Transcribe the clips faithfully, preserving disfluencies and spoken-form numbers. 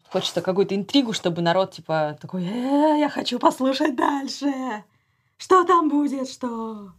Хочется какую-то интригу, чтобы народ, типа, такой, э, я хочу послушать дальше. Что там будет, что...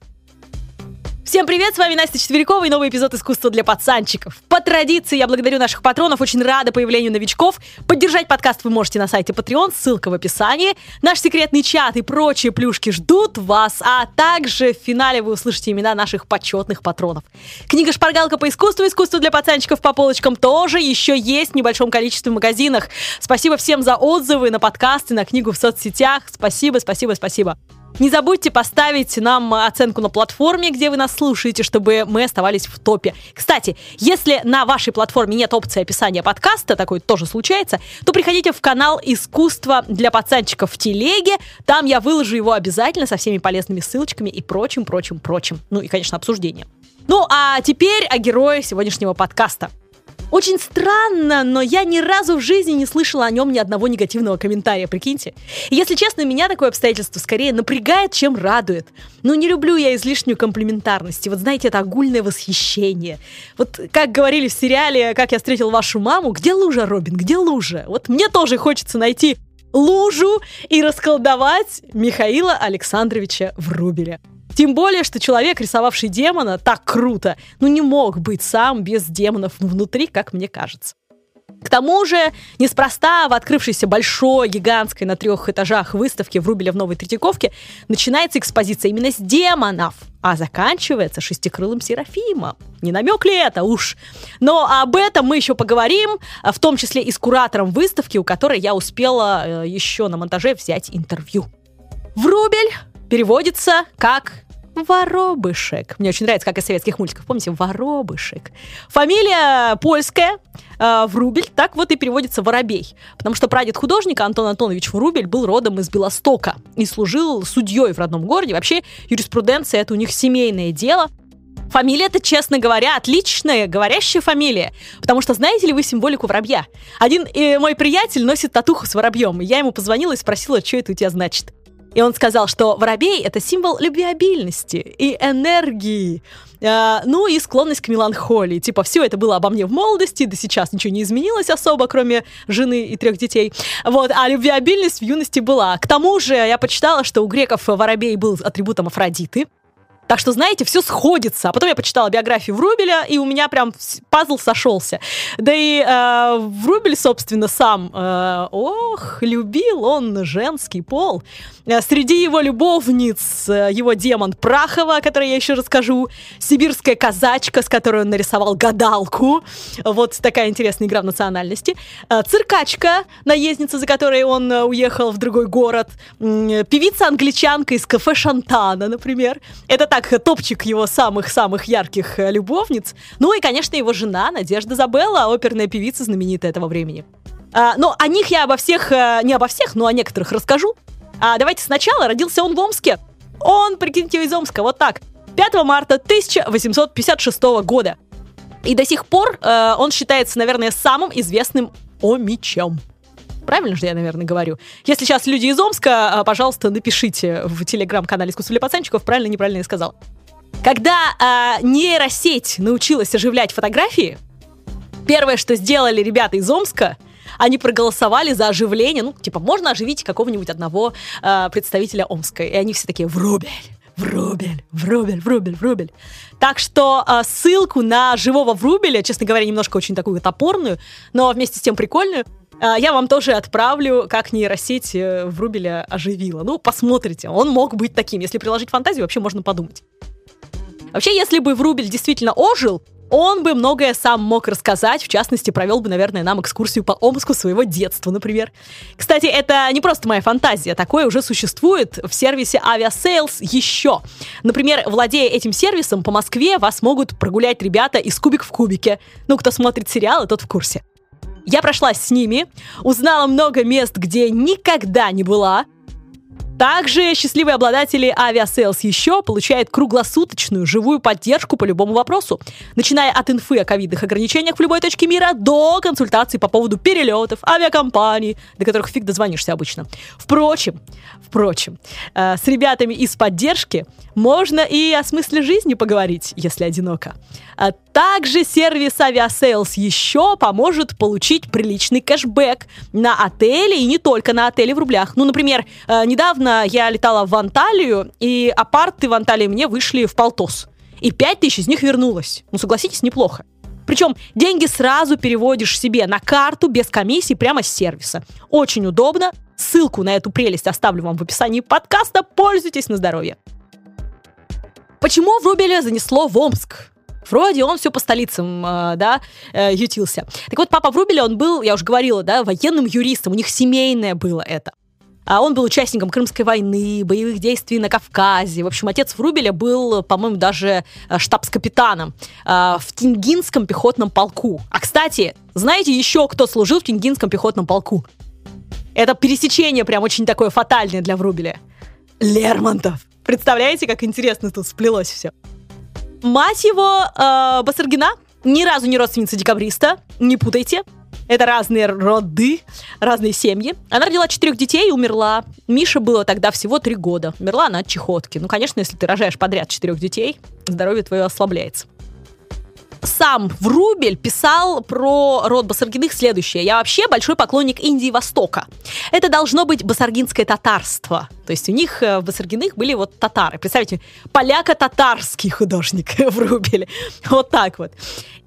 Всем привет, с вами Настя Четверякова и новый эпизод «Искусства для пацанчиков». По традиции я благодарю наших патронов, очень рада появлению новичков. Поддержать подкаст вы можете на сайте Patreon, ссылка в описании. Наш секретный чат и прочие плюшки ждут вас, а также в финале вы услышите имена наших почетных патронов. Книга-шпаргалка по искусству, искусство для пацанчиков по полочкам тоже еще есть в небольшом количестве в магазинах. Спасибо всем за отзывы на подкасты, на книгу в соцсетях. Спасибо, спасибо, спасибо. Не забудьте поставить нам оценку на платформе, где вы нас слушаете, чтобы мы оставались в топе. Кстати, если на вашей платформе нет опции описания подкаста, такое тоже случается, то приходите в канал «Искусство для пацанчиков» в телеге. Там я выложу его обязательно со всеми полезными ссылочками и прочим, прочим, прочим. Ну и, конечно, обсуждением. Ну а теперь о герое сегодняшнего подкаста. Очень странно, но я ни разу в жизни не слышала о нем ни одного негативного комментария, прикиньте. И если честно, меня такое обстоятельство скорее напрягает, чем радует. Ну, не люблю я излишнюю комплиментарность. И вот знаете, это огульное восхищение. Вот как говорили в сериале «Как я встретил вашу маму», где лужа, Робин, где лужа? Вот мне тоже хочется найти лужу и расколдовать Михаила Александровича Врубеля. Тем более, что человек, рисовавший демона, так круто, ну не мог быть сам без демонов внутри, как мне кажется. К тому же, неспроста в открывшейся большой, гигантской на трех этажах выставке Врубеля в Новой Третьяковке начинается экспозиция именно с демонов, а заканчивается шестикрылым Серафимом. Не намек ли это уж? Но об этом мы еще поговорим, в том числе и с куратором выставки, у которой я успела еще на монтаже взять интервью. Врубель переводится как «воробышек». Мне очень нравится, как из советских мультиков. Помните? «Воробышек». Фамилия польская, э, Врубель, так вот и переводится «воробей». Потому что прадед художника Антон Антонович Врубель был родом из Белостока и служил судьей в родном городе. Вообще юриспруденция — это у них семейное дело. Фамилия-то, честно говоря, отличная, говорящая фамилия. Потому что знаете ли вы символику воробья? Один э, мой приятель носит татуху с воробьем. И я ему позвонила и спросила, что это у тебя значит. И он сказал, что воробей — это символ любвеобильности и энергии, э, ну и склонность к меланхолии. Типа, все это было обо мне в молодости, да сейчас ничего не изменилось особо, кроме жены и трех детей. Вот, а любвеобильность в юности была. К тому же я почитала, что у греков воробей был атрибутом Афродиты. Так что, знаете, все сходится. А потом я почитала биографию Врубеля, и у меня прям пазл сошелся. Да и э, Врубель, собственно, сам, э, ох, любил он женский пол. Среди его любовниц его демон Прахова, о которой я еще расскажу, сибирская казачка, с которой он нарисовал гадалку. Вот такая интересная игра в национальности. Циркачка, наездница, за которой он уехал в другой город. Певица-англичанка из кафе Шантана, например. Это так, топчик его самых-самых ярких любовниц. Ну и, конечно, его жена Надежда Забелла, оперная певица знаменитая этого времени. А, но о них я обо всех, не обо всех, но о некоторых расскажу. А давайте сначала. Родился он в Омске. Он, прикиньте, из Омска, вот так. пятого марта тысяча восемьсот пятьдесят шестого года. И до сих пор э, он считается, наверное, самым известным омичем. Правильно же я, наверное, говорю? Если сейчас люди из Омска, пожалуйста, напишите в телеграм-канале «Искусство для пацанчиков», правильно, неправильно я сказала. Когда э, нейросеть научилась оживлять фотографии, первое, что сделали ребята из Омска, они проголосовали за оживление. Ну, типа, можно оживить какого-нибудь одного э, представителя Омска. И они все такие: Врубель, Врубель, Врубель, Врубель, Врубель. Так что э, ссылку на живого Врубеля, честно говоря, немножко очень такую топорную, но вместе с тем прикольную, э, я вам тоже отправлю, как нейросеть э, Врубеля оживила. Ну, посмотрите, он мог быть таким. Если приложить фантазию, вообще можно подумать. Вообще, если бы Врубель действительно ожил, он бы многое сам мог рассказать, в частности, провел бы, наверное, нам экскурсию по Омску своего детства, например. Кстати, это не просто моя фантазия, такое уже существует в сервисе Aviasales еще. Например, владея этим сервисом, по Москве вас могут прогулять ребята из «Кубик в кубике». Ну, кто смотрит сериалы, тот в курсе. Я прошлась с ними, узнала много мест, где никогда не была. Также счастливые обладатели Aviasales еще получают круглосуточную живую поддержку по любому вопросу, начиная от инфы о ковидных ограничениях в любой точке мира до консультаций по поводу перелетов, авиакомпаний, до которых фиг дозвонишься обычно. Впрочем, впрочем, э, с ребятами из поддержки можно и о смысле жизни поговорить, если одиноко. А Также сервис Aviasales еще поможет получить приличный кэшбэк на отели, и не только на отели в рублях. Ну, например, недавно я летала в Анталию, и апарты в Анталии мне вышли в полтос. И пять тысяч из них вернулось. Ну, согласитесь, неплохо. Причем деньги сразу переводишь себе на карту без комиссии прямо с сервиса. Очень удобно. Ссылку на эту прелесть оставлю вам в описании подкаста. Пользуйтесь на здоровье. Почему Врубеля занесло в Омск? Вроде он все по столицам, э, да, э, ютился. Так вот, папа Врубеля, он был, я уже говорила, да, военным юристом, у них семейное было это. А он был участником Крымской войны, боевых действий на Кавказе. В общем, отец Врубеля был, по-моему, даже штабс-капитаном э, в Тенгинском пехотном полку. А, кстати, знаете еще, кто служил в Тенгинском пехотном полку? Это пересечение прям очень такое фатальное для Врубеля. Лермонтов. Представляете, как интересно тут сплелось все? Мать его, э, Басаргина, ни разу не родственница декабриста, не путайте. Это разные роды, разные семьи. Она родила четырех детей и умерла. Мише было тогда всего три года. Умерла она от чехотки. Ну, конечно, если ты рожаешь подряд четырех детей, здоровье твое ослабляется. Сам Врубель писал про род Басаргиных следующее. Я вообще большой поклонник Индии и Востока. Это должно быть басаргинское татарство. То есть у них в Басаргиных были вот татары. Представьте, поляко-татарский художник Врубель. Вот так вот.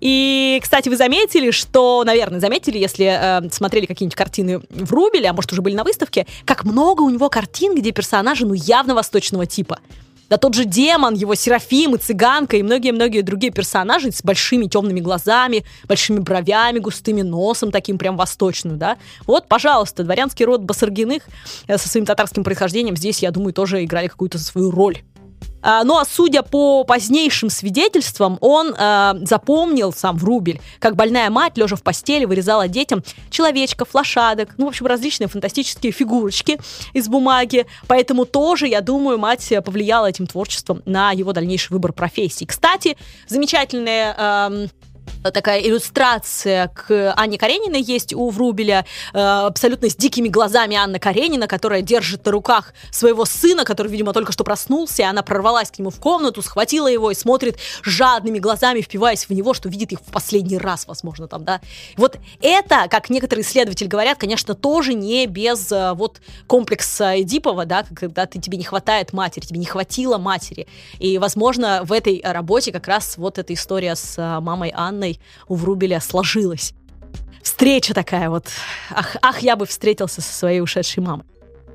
И, кстати, вы заметили, что, наверное, заметили, если э, смотрели какие-нибудь картины Врубеля, а может, уже были на выставке, как много у него картин, где персонажи, ну, явно восточного типа. Да тот же демон, его Серафим и цыганка и многие-многие другие персонажи с большими темными глазами, большими бровями, густыми носом, таким прям восточным, да. Вот, пожалуйста, дворянский род Басаргиных со своим татарским происхождением здесь, я думаю, тоже играли какую-то свою роль. А, ну, а судя по позднейшим свидетельствам, он а, запомнил, сам Врубель, как больная мать, лежа в постели, вырезала детям человечков, лошадок, ну, в общем, различные фантастические фигурочки из бумаги. Поэтому тоже, я думаю, мать повлияла этим творчеством на его дальнейший выбор профессии. Кстати, замечательная... А, такая иллюстрация к Анне Карениной есть у Врубеля, э, абсолютно с дикими глазами Анна Каренина, которая держит на руках своего сына, который, видимо, только что проснулся, и она прорвалась к нему в комнату, схватила его и смотрит жадными глазами, впиваясь в него, что видит их в последний раз, возможно, там, да. Вот это, как некоторые исследователи говорят, конечно, тоже не без э, вот комплекса Эдипова, да, когда ты, тебе не хватает матери, тебе не хватило матери. И, возможно, в этой работе как раз вот эта история с э, мамой Анной у Врубеля сложилась. Встреча такая вот. Ах, ах, я бы встретился со своей ушедшей мамой.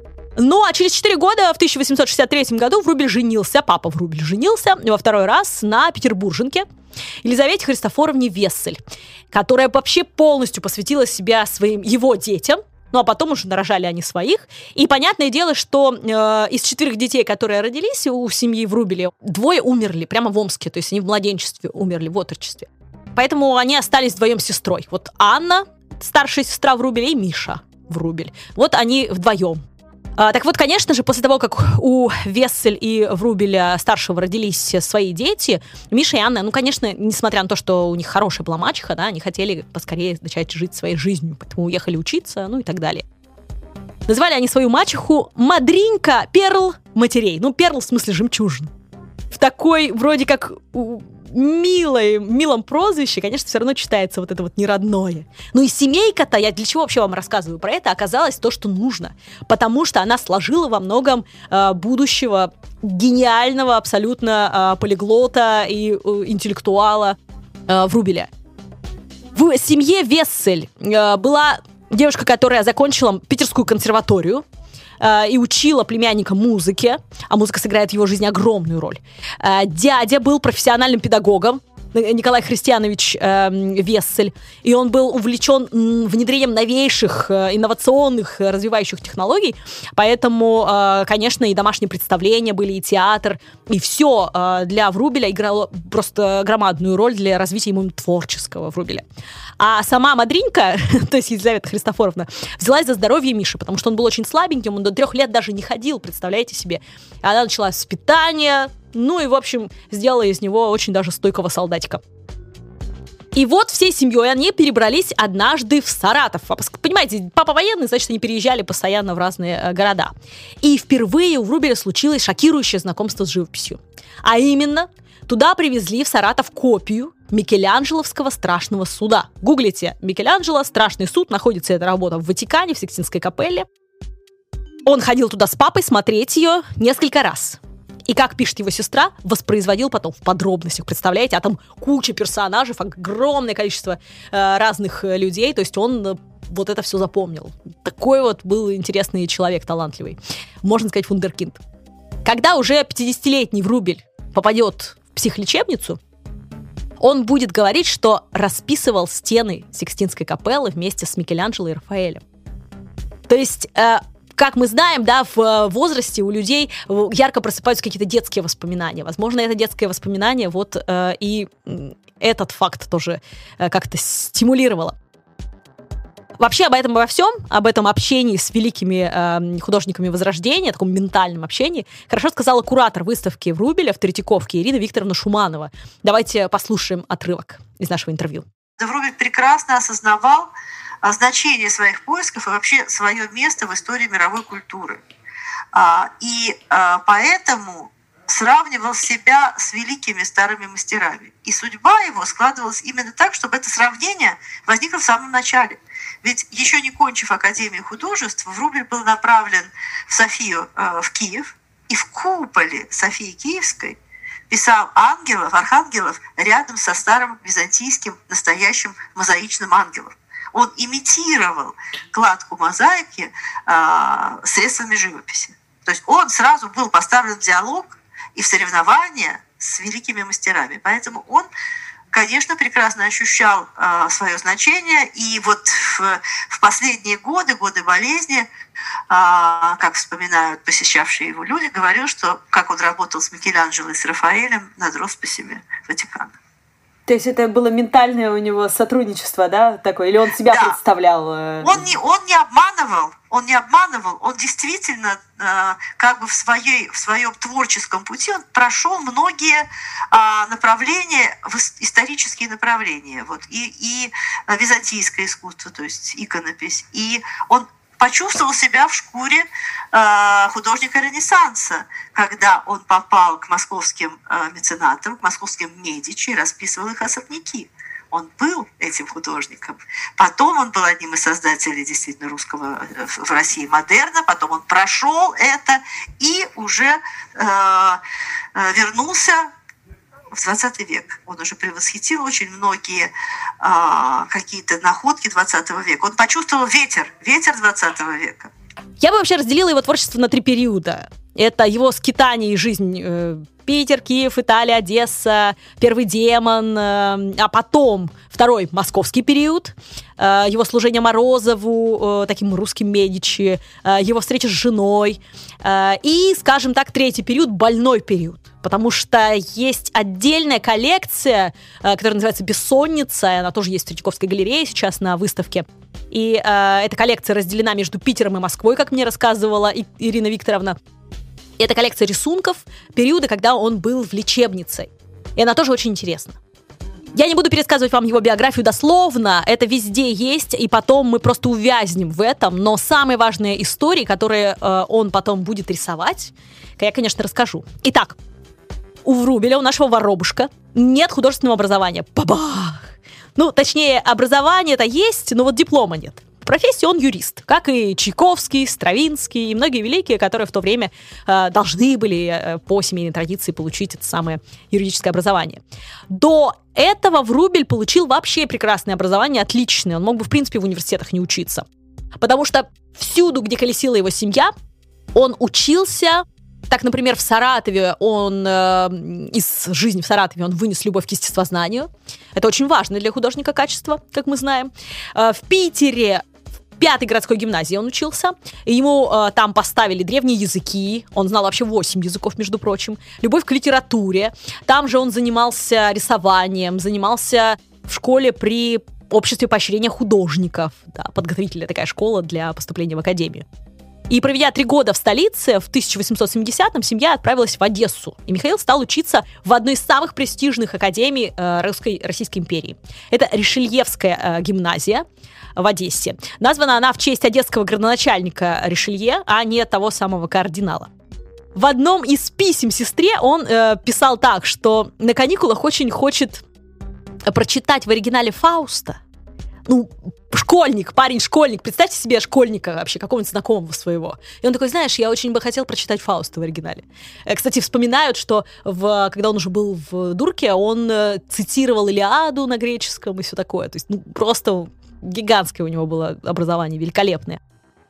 Ну, а через четыре года, в тысяча восемьсот шестьдесят третьем году, Врубель женился, папа Врубель женился во второй раз на петербурженке Елизавете Христофоровне Вессель, которая вообще полностью посвятила себя своим его детям. Ну, а потом уже нарожали они своих. И понятное дело, что э, из четырех детей, которые родились у семьи Врубеля, двое умерли прямо в Омске. То есть они в младенчестве умерли, в отрочестве. Поэтому они остались вдвоем с сестрой. Вот Анна, старшая сестра Врубеля, и Миша Врубель. Вот они вдвоем. А, так вот, конечно же, после того, как у Вессель и Врубеля старшего родились свои дети, Миша и Анна, ну, конечно, несмотря на то, что у них хорошая была мачеха, да, они хотели поскорее начать жить своей жизнью, поэтому уехали учиться, ну и так далее. Назвали они свою мачеху Мадринька Перл матерей. Ну, перл в смысле жемчужин. В такой, вроде как... милой, милом прозвище, конечно, все равно читается вот это вот неродное. Ну и семейка-то, я для чего вообще вам рассказываю про это, оказалось то, что нужно. Потому что она сложила во многом э, будущего гениального абсолютно э, полиглота и э, интеллектуала э, Врубеля. В семье Вессель э, была девушка, которая закончила Питерскую консерваторию и учила племянника музыке, а музыка сыграет в его жизни огромную роль. Дядя был профессиональным педагогом, Николай Христианович э, Вессель, и он был увлечен внедрением новейших э, инновационных э, развивающих технологий, поэтому, э, конечно, и домашние представления были, и театр, и все э, для Врубеля играло просто громадную роль для развития ему творческого Врубеля. А сама Мадринька, то есть Елизавета Христофоровна, взялась за здоровье Миши, потому что он был очень слабеньким, он до трех лет даже не ходил, представляете себе. Она начала с питания, ну и, в общем, сделала из него очень даже стойкого солдатика. И вот всей семьей они перебрались однажды в Саратов. Понимаете, папа военный, значит, они переезжали постоянно в разные э, города. И впервые у Врубеля случилось шокирующее знакомство с живописью. А именно, туда привезли в Саратов копию Микеланджеловского страшного суда. Гуглите Микеланджело, страшный суд, находится эта работа в Ватикане, в Сикстинской капелле. Он ходил туда с папой смотреть ее несколько раз. И, как пишет его сестра, воспроизводил потом в подробностях. Представляете, а там куча персонажей, огромное количество э, разных людей. То есть он э, вот это все запомнил. Такой вот был интересный человек, талантливый. Можно сказать, вундеркинд. Когда уже пятидесятилетний Врубель попадет в психлечебницу, он будет говорить, что расписывал стены Сикстинской капеллы вместе с Микеланджело и Рафаэлем. То есть... Э, Как мы знаем, да, в возрасте у людей ярко просыпаются какие-то детские воспоминания. Возможно, это детское воспоминание вот э, и этот факт тоже э, как-то стимулировало. Вообще об этом обо всем, об этом общении с великими э, художниками Возрождения, таком ментальном общении, хорошо сказала куратор выставки Врубеля в Третьяковке Ирина Викторовна Шуманова. Давайте послушаем отрывок из нашего интервью. Врубель прекрасно осознавал значение своих поисков и вообще свое место в истории мировой культуры. И поэтому сравнивал себя с великими старыми мастерами. И судьба его складывалась именно так, чтобы это сравнение возникло в самом начале. Ведь еще не кончив Академию художеств, Врубель был направлен в Софию, в Киев, и в куполе Софии Киевской писал ангелов, архангелов рядом со старым византийским настоящим мозаичным ангелом. Он имитировал кладку мозаики а, средствами живописи. То есть он сразу был поставлен в диалог и в соревнования с великими мастерами. Поэтому он, конечно, прекрасно ощущал а, свое значение. И вот в, в последние годы, годы болезни, а, как вспоминают посещавшие его люди, говорил, что как он работал с Микеланджело и с Рафаэлем над росписями Ватикана. То есть это было ментальное у него сотрудничество, да, такое? Или он себя да. представлял? Он не, он не обманывал, он не обманывал, он действительно э, как бы в, своей, в своем творческом пути он прошел многие э, направления, исторические направления, вот, и, и византийское искусство, то есть иконопись, и он почувствовал себя в шкуре э, художника Ренессанса, когда он попал к московским э, меценатам, к московским Медичи и расписывал их особняки. Он был этим художником. Потом он был одним из создателей действительно русского э, в России модерна, потом он прошел это и уже э, э, вернулся в двадцатый век. Он уже превосхитил очень многие а, какие-то находки двадцатого века. Он почувствовал ветер, ветер двадцатого века. Я бы вообще разделила его творчество на три периода. Это его скитание и жизнь. Э, Питер, Киев, Италия, Одесса, Первый демон, э, а потом второй московский период, э, его служение Морозову, э, таким русским Медичи, э, его встреча с женой, э, и, скажем так, третий период, больной период. Потому что есть отдельная коллекция, э, которая называется «Бессонница», она тоже есть в Третьяковской галерее сейчас на выставке. И э, эта коллекция разделена между Питером и Москвой, как мне рассказывала И- Ирина Викторовна. Это коллекция рисунков периода, когда он был в лечебнице. И она тоже очень интересна. Я не буду пересказывать вам его биографию дословно, это везде есть, и потом мы просто увязнем в этом. Но самые важные истории, которые э, он потом будет рисовать, я, конечно, расскажу. Итак, у Врубеля, у нашего воробушка, нет художественного образования. Бабах! Ну, точнее, образование-то есть, но вот диплома нет. В профессии он юрист, как и Чайковский, Стравинский и многие великие, которые в то время э, должны были э, по семейной традиции получить это самое юридическое образование. До этого Врубель получил вообще прекрасное образование, отличное. Он мог бы, в принципе, в университетах не учиться. Потому что всюду, где колесила его семья, он учился. Так, например, в Саратове он, э, из жизни в Саратове он вынес любовь к естествознанию. Это очень важно для художника качество, как мы знаем. Э, в Питере, в пятой городской гимназии он учился. И ему э, там поставили древние языки. Он знал вообще восемь языков, между прочим. Любовь к литературе. Там же он занимался рисованием, занимался в школе при обществе поощрения художников. Да, подготовительная такая школа для поступления в академию. И проведя три года в столице, в тысяча восемьсот семидесятом семья отправилась в Одессу. И Михаил стал учиться в одной из самых престижных академий э, Русской, Российской империи. Это Ришельевская э, гимназия в Одессе. Названа она в честь одесского градоначальника Ришелье, а не того самого кардинала. В одном из писем сестре он э, писал так, что на каникулах очень хочет прочитать в оригинале Фауста, ну, школьник, парень-школьник, представьте себе школьника вообще, какого-нибудь знакомого своего. И он такой, знаешь, я очень бы хотел прочитать Фауста в оригинале. Кстати, вспоминают, что в, когда он уже был в Дурке, он цитировал Илиаду на греческом и все такое. То есть, ну, просто гигантское у него было образование, великолепное.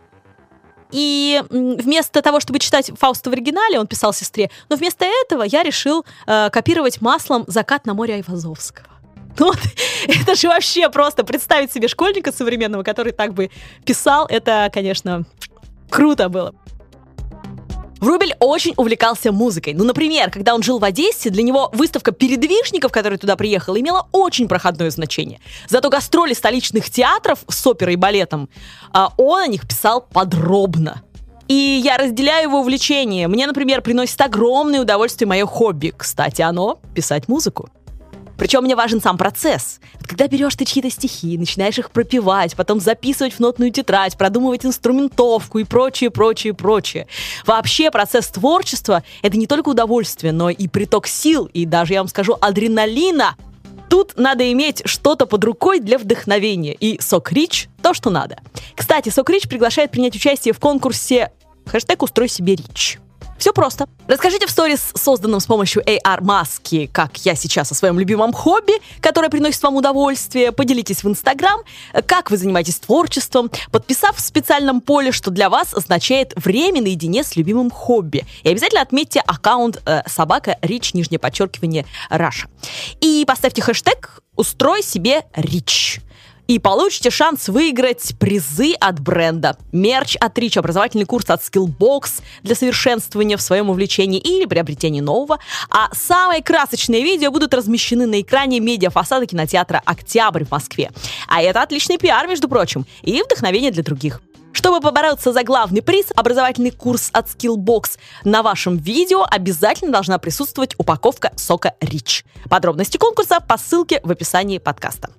И вместо того, чтобы читать Фауста в оригинале, он писал сестре, но вместо этого я решил э, копировать маслом «Закат на море Айвазовского». Ну, вот, это же вообще просто представить себе школьника современного, который так бы писал, это, конечно, круто было. Врубель очень увлекался музыкой. Ну, например, когда он жил в Одессе, для него выставка передвижников, которая туда приехала, имела очень проходное значение. Зато гастроли столичных театров с оперой и балетом, он о них писал подробно. И я разделяю его увлечение. Мне, например, приносит огромное удовольствие мое хобби. Кстати, оно — писать музыку. Причем мне важен сам процесс. Когда берешь ты чьи-то стихи, начинаешь их пропевать, потом записывать в нотную тетрадь, продумывать инструментовку и прочее, прочее, прочее. Вообще процесс творчества — это не только удовольствие, но и приток сил, и даже, я вам скажу, адреналина. Тут надо иметь что-то под рукой для вдохновения. И Сок Рич — то, что надо. Кстати, Сок Рич приглашает принять участие в конкурсе хэштег «Устрой себе Рич». Все просто. Расскажите в сторис, созданном с помощью эй ар-маски, как я сейчас о своем любимом хобби, которое приносит вам удовольствие. Поделитесь в Инстаграм, как вы занимаетесь творчеством, подписав в специальном поле, что для вас означает время наедине с любимым хобби. И обязательно отметьте аккаунт э, собака Рич, нижнее подчеркивание, Раша. И поставьте хэштег «Устрой себе Рич». И получите шанс выиграть призы от бренда, мерч от Рич, образовательный курс от Skillbox для совершенствования в своем увлечении или приобретения нового. А самые красочные видео будут размещены на экране медиафасада кинотеатра «Октябрь» в Москве. А это отличный пиар, между прочим, и вдохновение для других. Чтобы побороться за главный приз, образовательный курс от Skillbox, на вашем видео обязательно должна присутствовать упаковка сока Рич. Подробности конкурса по ссылке в описании подкаста.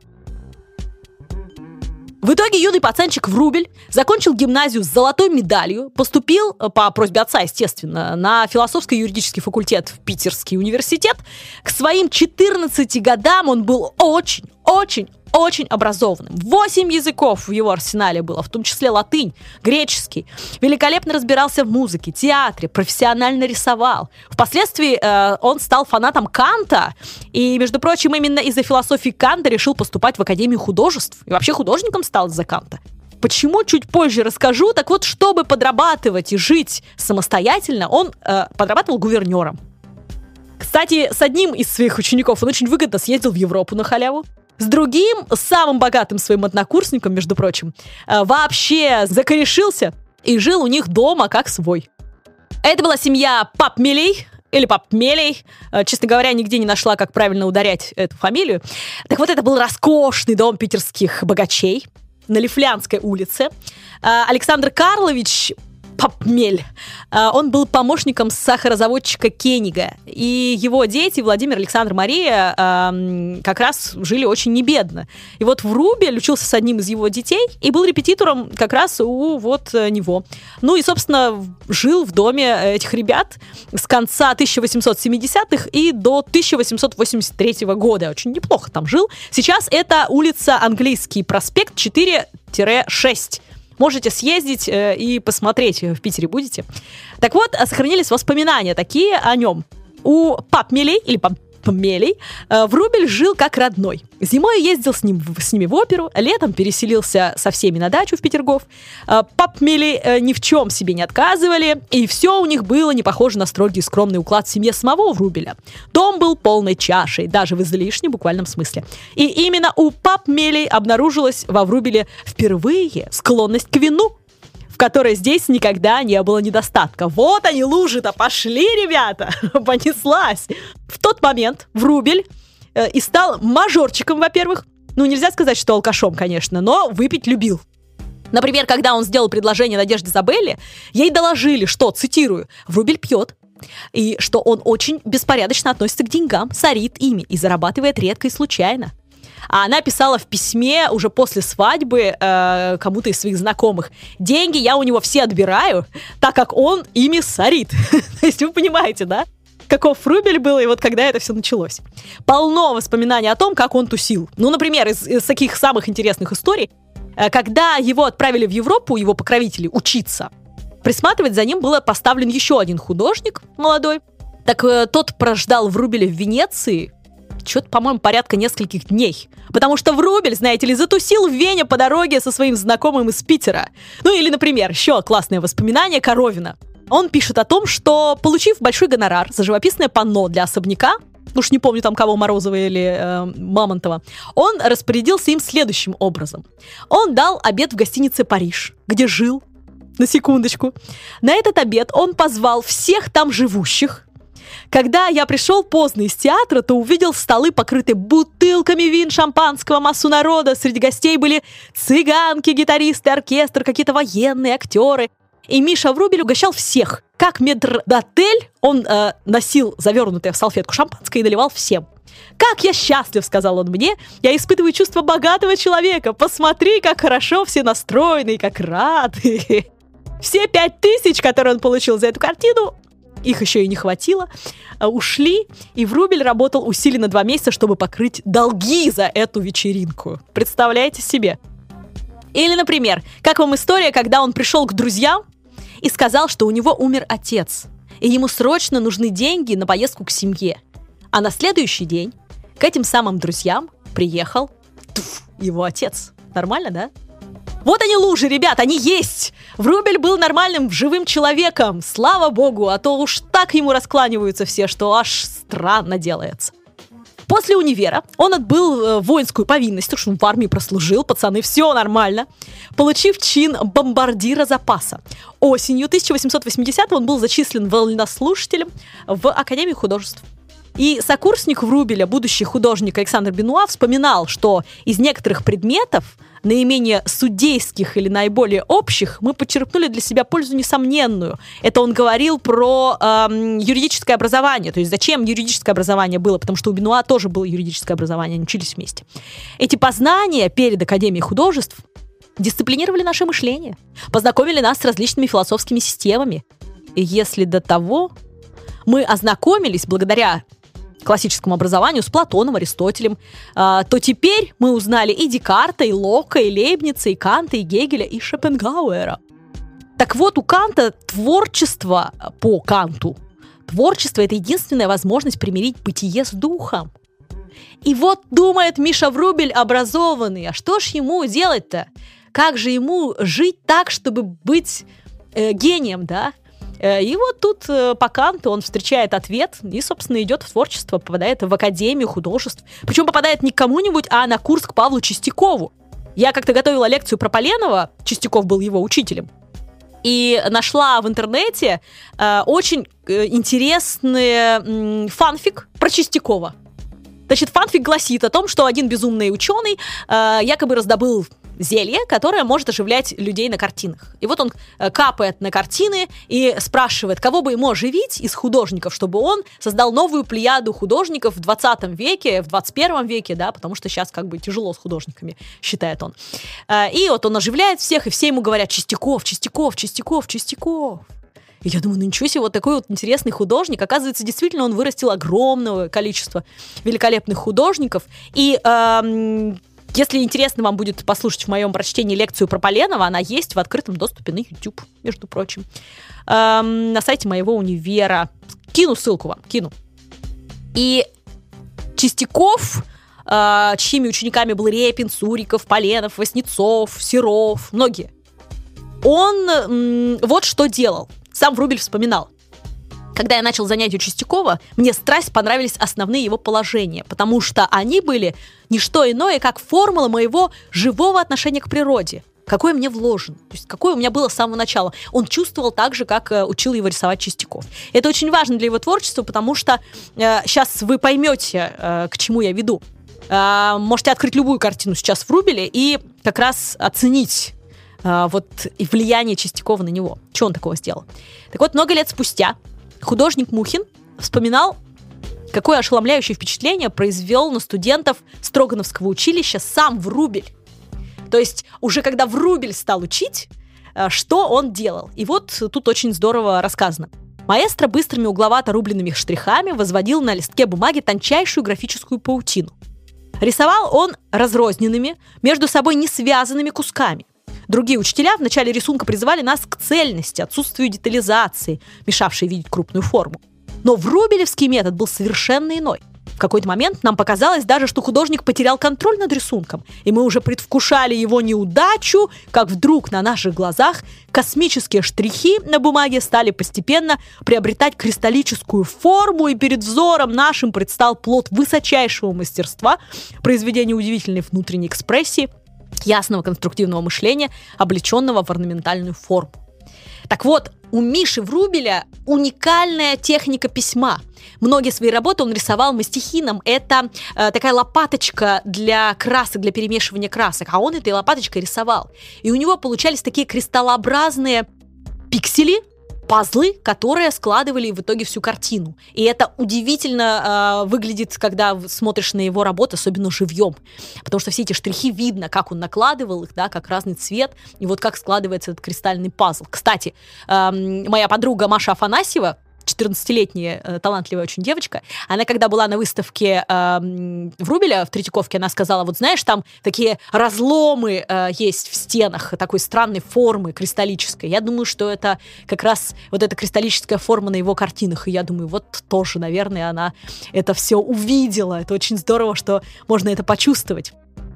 В итоге юный пацанчик Врубель закончил гимназию с золотой медалью, поступил, по просьбе отца, естественно, на философско-юридический факультет в Питерский университет. К своим четырнадцати годам он был очень, очень, очень образованным. Восемь языков в его арсенале было, в том числе латынь, греческий. Великолепно разбирался в музыке, театре, профессионально рисовал. Впоследствии э, он стал фанатом Канта, и, между прочим, именно из-за философии Канта решил поступать в Академию художеств. И вообще художником стал из-за Канта. Почему, чуть позже расскажу. Так вот, чтобы подрабатывать и жить самостоятельно, он э, подрабатывал гувернером. Кстати, с одним из своих учеников он очень выгодно съездил в Европу на халяву. С другим, самым богатым своим однокурсником, между прочим, вообще закорешился и жил у них дома как свой. Это была семья Папмелей, или Папмелей. Честно говоря, нигде не нашла, как правильно ударять эту фамилию. Так вот, это был роскошный дом питерских богачей на Лифлянской улице. Александр Карлович Папмель. Он был помощником сахарозаводчика Кенига. И его дети, Владимир, Александр, Мария, как раз жили очень небедно. И вот Врубель учился с одним из его детей и был репетитором как раз у вот него. Ну и, собственно, жил в доме этих ребят с конца тысяча восемьсот семидесятых и до тысяча восемьсот восемьдесят третьего года. Очень неплохо там жил. Сейчас это улица Английский проспект четыре шесть. Можете съездить э, и посмотреть, в Питере будете. Так вот, сохранились воспоминания такие о нем. У Папмелей, или Папмелей, э, Врубель жил как родной. Зимой ездил с, ним, с ними в оперу, летом переселился со всеми на дачу в Петергоф. Э, Папмели э, ни в чем себе не отказывали, и все у них было не похоже на строгий скромный уклад в семье самого Врубеля. Дом был полной чашей, даже в излишне буквальном смысле. И именно у Папмелей обнаружилась во Врубеле впервые склонность к вину, в которой здесь никогда не было недостатка. Вот они, лужи-то, пошли, ребята, понеслась. В тот момент Врубель э, и стал мажорчиком, во-первых. Ну, нельзя сказать, что алкашом, конечно, но выпить любил. Например, когда он сделал предложение Надежде Забелле, ей доложили, что, цитирую, Врубель пьет, и что он очень беспорядочно относится к деньгам, сорит ими и зарабатывает редко и случайно. А она писала в письме уже после свадьбы э, кому-то из своих знакомых: деньги я у него все отбираю, так как он ими сорит. То есть вы понимаете, да? каков Врубель был, и вот когда это все началось. Полно воспоминаний о том, как он тусил. Ну, например, из, из таких самых интересных историй, когда его отправили в Европу, его покровители, учиться, присматривать за ним был поставлен еще один художник молодой. Так тот прождал Врубеля в Венеции что-то, по-моему, порядка нескольких дней. Потому что Врубель, знаете ли, затусил в Вене по дороге со своим знакомым из Питера. Ну или, например, еще классное воспоминание Коровина. Он пишет о том, что, получив большой гонорар за живописное панно для особняка, уж не помню там кого, Морозова или э, Мамонтова, он распорядился им следующим образом. Он дал обед в гостинице «Париж», где жил, на секундочку. На этот обед он позвал всех там живущих. Когда я пришел поздно из театра, то увидел столы, покрытые бутылками вин, шампанского, массу народа. Среди гостей были цыганки, гитаристы, оркестр, какие-то военные, актеры. И Миша Врубель угощал всех. Как метрдотель, он э, носил завернутое в салфетку шампанское и наливал всем. «Как я счастлив», — сказал он мне, — «я испытываю чувство богатого человека. Посмотри, как хорошо все настроены и как рады». Все пять тысяч, которые он получил за эту картину, их еще и не хватило, ушли, и Врубель работал усиленно два месяца, чтобы покрыть долги за эту вечеринку. Представляете себе? Или, например, как вам история, когда он пришел к друзьям и сказал, что у него умер отец, и ему срочно нужны деньги на поездку к семье. А на следующий день к этим самым друзьям приехал туф, его отец. Нормально, да? Вот они лужи, ребят, они есть! Врубель был нормальным, живым человеком, слава богу, а то уж так ему раскланиваются все, что аж странно делается. После универа он отбыл э, воинскую повинность, потому что он в армии прослужил, пацаны, все нормально, получив чин бомбардира запаса. Осенью тысяча восемьсот восьмидесятого он был зачислен военнослужителем в Академию художеств. И сокурсник Врубеля, будущий художник Александр Бенуа, вспоминал, что из некоторых предметов, наименее судейских или наиболее общих, мы подчеркнули для себя пользу несомненную. Это он говорил про эм, юридическое образование. То есть зачем юридическое образование было? Потому что у Бенуа тоже было юридическое образование, они учились вместе. Эти познания перед Академией художеств дисциплинировали наше мышление, познакомили нас с различными философскими системами. И если до того мы ознакомились благодаря классическому образованию с Платоном, Аристотелем, то теперь мы узнали и Декарта, и Лока, и Лейбница, и Канта, и Гегеля, и Шопенгауэра. Так вот, у Канта творчество по Канту, творчество — это единственная возможность примирить бытие с духом. И вот думает Миша Врубель, образованный, а что ж ему делать-то? Как же ему жить так, чтобы быть э, гением, да? И вот тут по Канту он встречает ответ и, собственно, идет в творчество, попадает в Академию художеств. Причем попадает не к кому-нибудь, а на курс к Павлу Чистякову. Я как-то готовила лекцию про Поленова, Чистяков был его учителем, и нашла в интернете э, очень интересный э, фанфик про Чистякова. Значит, фанфик гласит о том, что один безумный ученый э, якобы раздобыл зелье, которое может оживлять людей на картинах. И вот он капает на картины и спрашивает, кого бы ему оживить из художников, чтобы он создал новую плеяду художников в двадцатом веке, в двадцать первом веке, да, потому что сейчас как бы тяжело с художниками, считает он. И вот он оживляет всех, и все ему говорят: Чистяков, Чистяков, Чистяков, Чистяков. И я думаю, ну ничего себе, вот такой вот интересный художник. Оказывается, действительно, он вырастил огромное количество великолепных художников. И эм, если интересно вам будет послушать в моем прочтении лекцию про Поленова, она есть в открытом доступе на YouTube, между прочим, эм, на сайте моего универа. Кину ссылку вам, кину. И Чистяков, э, чьими учениками был Репин, Суриков, Поленов, Васнецов, Серов, многие, он м, вот что делал. Сам Врубель вспоминал. Когда я начал занятия у Чистякова, мне страсть понравились основные его положения, потому что они были не что иное, как формула моего живого отношения к природе, какое мне вложено, то есть какое у меня было с самого начала. Он чувствовал так же, как э, учил его рисовать Чистяков. Это очень важно для его творчества, потому что э, сейчас вы поймете, э, к чему я веду. Э, можете открыть любую картину сейчас в Врубеле и как раз оценить э, вот влияние Чистякова на него. Что он такого сделал? Так вот, много лет спустя художник Мухин вспоминал, какое ошеломляющее впечатление произвел на студентов Строгановского училища сам Врубель. То есть уже когда Врубель стал учить, что он делал. И вот тут очень здорово рассказано. Маэстро быстрыми угловато-рубленными штрихами возводил на листке бумаги тончайшую графическую паутину. Рисовал он разрозненными, между собой не связанными кусками. Другие учителя в начале рисунка призывали нас к цельности, отсутствию детализации, мешавшей видеть крупную форму. Но врубелевский метод был совершенно иной. В какой-то момент нам показалось даже, что художник потерял контроль над рисунком, и мы уже предвкушали его неудачу, как вдруг на наших глазах космические штрихи на бумаге стали постепенно приобретать кристаллическую форму, и перед взором нашим предстал плод высочайшего мастерства, произведение удивительной внутренней экспрессии, ясного конструктивного мышления, облеченного в орнаментальную форму. Так вот, у Миши Врубеля уникальная техника письма. Многие свои работы он рисовал мастихином. Это э, такая лопаточка для красок, для перемешивания красок. А он этой лопаточкой рисовал. И у него получались такие кристаллообразные пиксели, пазлы, которые складывали в итоге всю картину. И это удивительно э, выглядит, когда смотришь на его работу, особенно живьем. Потому что все эти штрихи видно, как он накладывал их, да, как разный цвет, и вот как складывается этот кристальный пазл. Кстати, э, моя подруга Маша Афанасьева, четырнадцатилетняя э, талантливая очень девочка, она когда была на выставке э, Врубеля в Третьяковке, она сказала, вот знаешь, там такие разломы э, есть в стенах такой странной формы кристаллической. Я думаю, что это как раз вот эта кристаллическая форма на его картинах. И я думаю, вот тоже, наверное, она это все увидела. Это очень здорово, что можно это почувствовать.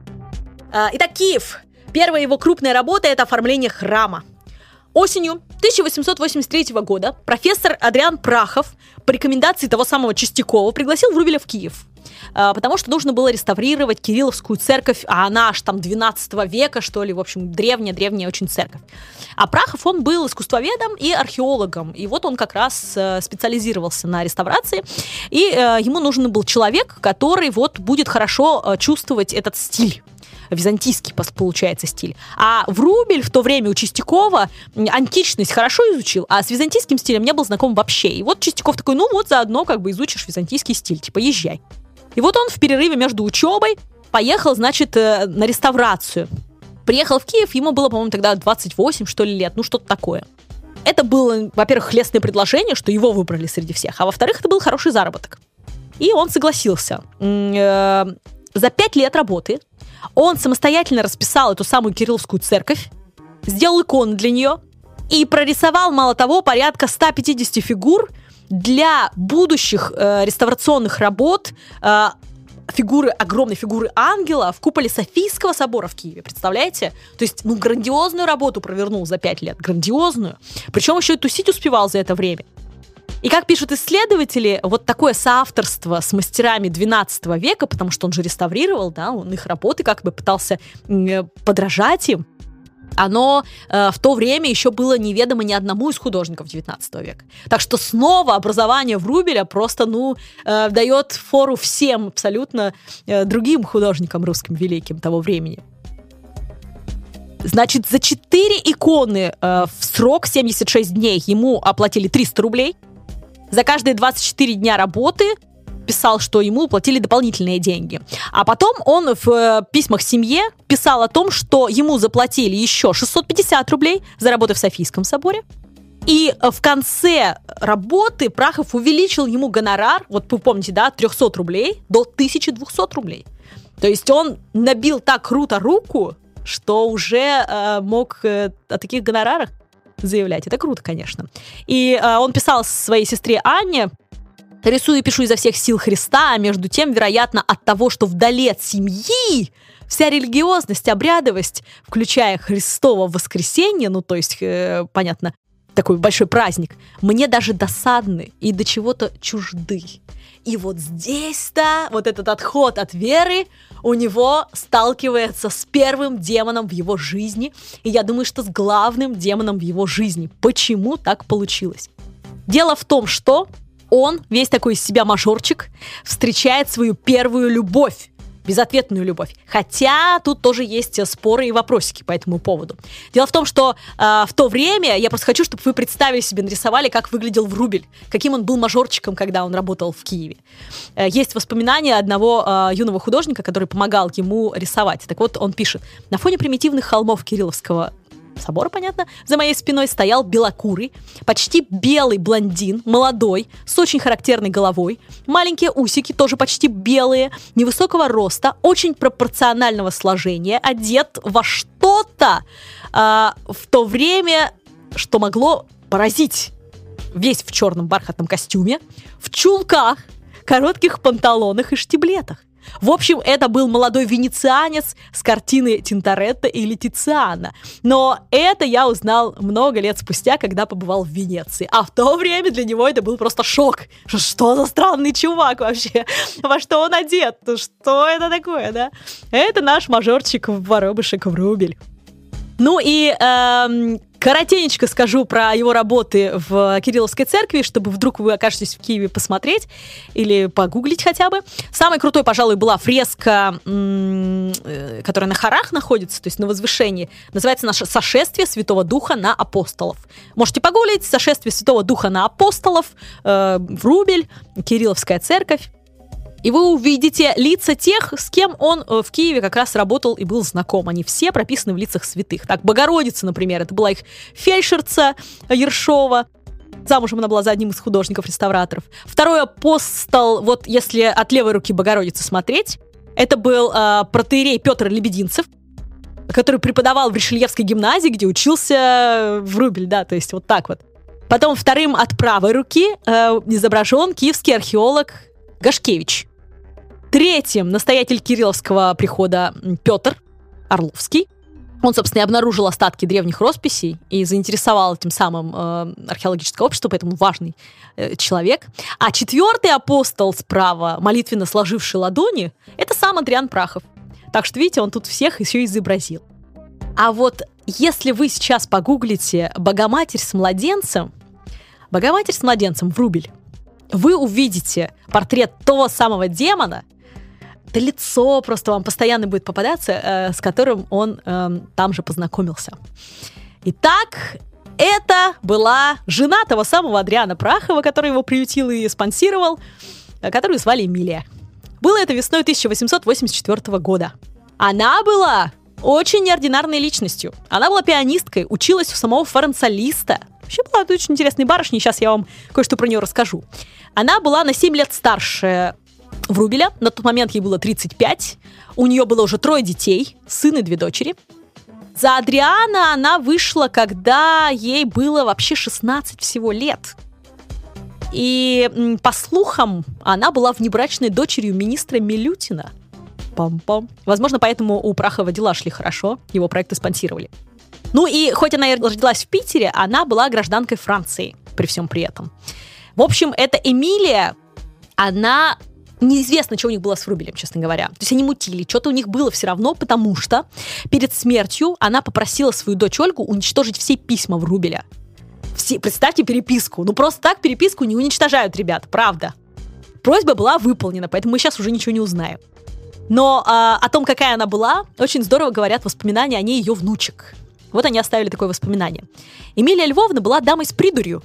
Э, итак, Киев. Первая его крупная работа – это оформление храма. Осенью тысяча восемьсот восемьдесят третьего года профессор Адриан Прахов по рекомендации того самого Чистякова пригласил Врубеля в Киев, потому что нужно было реставрировать Кирилловскую церковь, а она аж там двенадцатого века, что ли, в общем, древняя-древняя очень церковь. А Прахов, он был искусствоведом и археологом, и вот он как раз специализировался на реставрации, и ему нужен был человек, который вот будет хорошо чувствовать этот стиль. Византийский, получается, стиль. А Врубель в то время у Чистякова античность хорошо изучил, а с византийским стилем не был знаком вообще. И вот Чистяков такой, ну вот заодно как бы изучишь византийский стиль, типа езжай. И вот он в перерыве между учебой поехал, значит, на реставрацию. Приехал в Киев, ему было, по-моему, тогда двадцать восемь, что ли, лет, ну что-то такое. Это было, во-первых, хлестное предложение, что его выбрали среди всех, а во-вторых, это был хороший заработок. И он согласился. За пять лет работы он самостоятельно расписал эту самую Кирилловскую церковь, сделал иконы для нее и прорисовал, мало того, порядка ста пятидесяти фигур для будущих э, реставрационных работ, э, фигуры, огромной фигуры ангела в куполе Софийского собора в Киеве, представляете? То есть, ну, грандиозную работу провернул за пять лет, грандиозную. Причем еще и тусить успевал за это время. И как пишут исследователи, вот такое соавторство с мастерами двенадцатого века, потому что он же реставрировал, да, он их работы как бы пытался э, подражать им, оно э, в то время еще было неведомо ни одному из художников девятнадцатого века. Так что снова образование Врубеля просто, ну, э, дает фору всем абсолютно э, другим художникам русским великим того времени. Значит, за четыре иконы э, в срок семьдесят шесть дней ему оплатили триста рублей. За каждые двадцать четыре дня работы писал, что ему уплатили дополнительные деньги. А потом он в э, письмах семье писал о том, что ему заплатили еще шестьсот пятьдесят рублей за работу в Софийском соборе. И в конце работы Прахов увеличил ему гонорар, вот вы помните, да, от трехсот рублей до тысячи двухсот рублей. То есть он набил так круто руку, что уже э, мог э, о таких гонорарах заявлять. Это круто, конечно. И э, он писал своей сестре Анне: «Рисую и пишу изо всех сил Христа, а между тем, вероятно, от того, что вдали от семьи вся религиозность, обрядовость, включая Христово воскресенье, ну, то есть, э, понятно, такой большой праздник, мне даже досадны и до чего-то чужды». И вот здесь-то вот этот отход от веры у него сталкивается с первым демоном в его жизни. И я думаю, что с главным демоном в его жизни. Почему так получилось? Дело в том, что он, весь такой из себя мажорчик, встречает свою первую любовь. Безответную любовь. Хотя тут тоже есть споры и вопросики по этому поводу. Дело в том, что э, в то время, я просто хочу, чтобы вы представили себе, нарисовали, как выглядел Врубель, каким он был мажорчиком, когда он работал в Киеве. Э, есть воспоминания одного э, юного художника, который помогал ему рисовать. Так вот, он пишет: «На фоне примитивных холмов Кирилловского собора, понятно, за моей спиной стоял белокурый, почти белый блондин, молодой, с очень характерной головой, маленькие усики, тоже почти белые, невысокого роста, очень пропорционального сложения, одет во что-то а, в то время, что могло поразить. Весь в черном бархатном костюме, в чулках, коротких панталонах и штиблетах. В общем, это был молодой венецианец с картины Тинторетто или Тициана. Но это я узнал много лет спустя, когда побывал в Венеции. А в то время для него это был просто шок. Что за странный чувак вообще? Во что он одет? Что это такое, да? Это наш мажорчик Воробышек Врубель. Ну и эм, коротенечко скажу про его работы в Кирилловской церкви, чтобы вдруг вы окажетесь в Киеве посмотреть или погуглить хотя бы. Самой крутой, пожалуй, была фреска, м- э, которая на хорах находится, то есть на возвышении. Называется «Наше сошествие Святого Духа на апостолов». Можете погуглить «Сошествие Святого Духа на апостолов», э, Врубель, Кирилловская церковь. И вы увидите лица тех, с кем он в Киеве как раз работал и был знаком. Они все прописаны в лицах святых. Так, Богородица, например, это была их фельдшерца Ершова. Замужем она была за одним из художников-реставраторов. Второй апостол, вот если от левой руки Богородицы смотреть, это был э, протоиерей Петр Лебединцев, который преподавал в Ришельевской гимназии, где учился Врубель, да, то есть вот так вот. Потом вторым от правой руки э, изображен киевский археолог Гашкевич. Третьим настоятель Кирилловского прихода Петр Орловский. Он, собственно, и обнаружил остатки древних росписей и заинтересовал этим самым э, археологическое общество, поэтому важный э, человек. А четвертый апостол справа, молитвенно сложивший ладони, это сам Адриан Прахов. Так что, видите, он тут всех еще изобразил. А вот если вы сейчас погуглите «Богоматерь с младенцем», «Богоматерь с младенцем» Врубель, вы увидите портрет того самого демона. Это лицо просто вам постоянно будет попадаться, э, с которым он э, там же познакомился. Итак, это была жена того самого Адриана Прахова, который его приютил и спонсировал, э, которую звали Эмилия. Было это весной тысяча восемьсот восемьдесят четвёртого года. Она была очень неординарной личностью. Она была пианисткой, училась у самого Ференца Листа. Вообще была очень интересной барышней, сейчас я вам кое-что про нее расскажу. Она была на семь лет старше Врубеля, на тот момент ей было тридцать пять, у нее было уже трое детей, сын и две дочери. За Адриана она вышла, когда ей было вообще шестнадцать всего лет. И, по слухам, она была внебрачной дочерью министра Милютина. Пам-пам. Возможно, поэтому у Прахова дела шли хорошо, его проекты спонсировали. Ну и хоть она и родилась в Питере, она была гражданкой Франции при всем при этом. В общем, эта Эмилия, она... Неизвестно, что у них было с Врубелем, честно говоря. То есть они мутили, что-то у них было все равно, потому что перед смертью она попросила свою дочь Ольгу уничтожить все письма Врубеля. Все, представьте переписку. Ну просто так переписку не уничтожают, ребят, правда. Просьба была выполнена, поэтому мы сейчас уже ничего не узнаем. Но а, о том, какая она была, очень здорово говорят воспоминания о ней ее внучек. Вот они оставили такое воспоминание. Эмилия Львовна была дамой с придурью.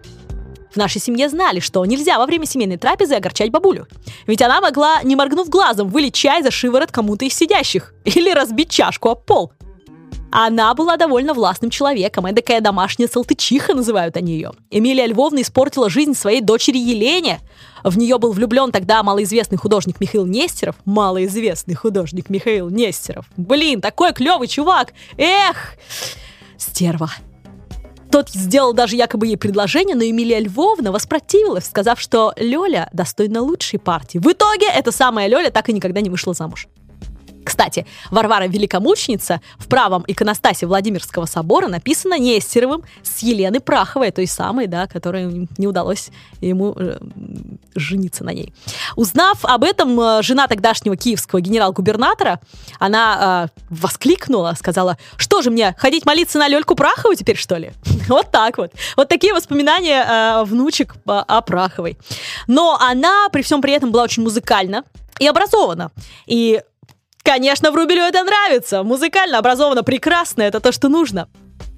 В нашей семье знали, что нельзя во время семейной трапезы огорчать бабулю. Ведь она могла, не моргнув глазом, вылить чай за шиворот кому-то из сидящих или разбить чашку об пол. Она была довольно властным человеком, эдакая домашняя салтычиха, называют они ее. Эмилия Львовна испортила жизнь своей дочери Елене. В нее был влюблен тогда малоизвестный художник Михаил Нестеров. Малоизвестный художник Михаил Нестеров. Блин, такой клевый чувак. Эх, стерва. Тот сделал даже якобы ей предложение, но Эмилия Львовна воспротивилась, сказав, что Лёля достойна лучшей партии. В итоге эта самая Лёля так и никогда не вышла замуж. Кстати, Варвара Великомученица в правом иконостасе Владимирского собора написана Нестеровым с Еленой Праховой, той самой, да, которой не удалось ему э, жениться на ней. Узнав об этом, жена тогдашнего киевского генерал-губернатора, она э, воскликнула, сказала: что же мне, ходить молиться на Лёльку Прахову теперь, что ли? Вот так вот. Вот такие воспоминания э, внучек о Праховой. Но она при всем при этом была очень музыкальна и образована. И конечно, Врубелю это нравится. Музыкально образовано, прекрасно, это то, что нужно.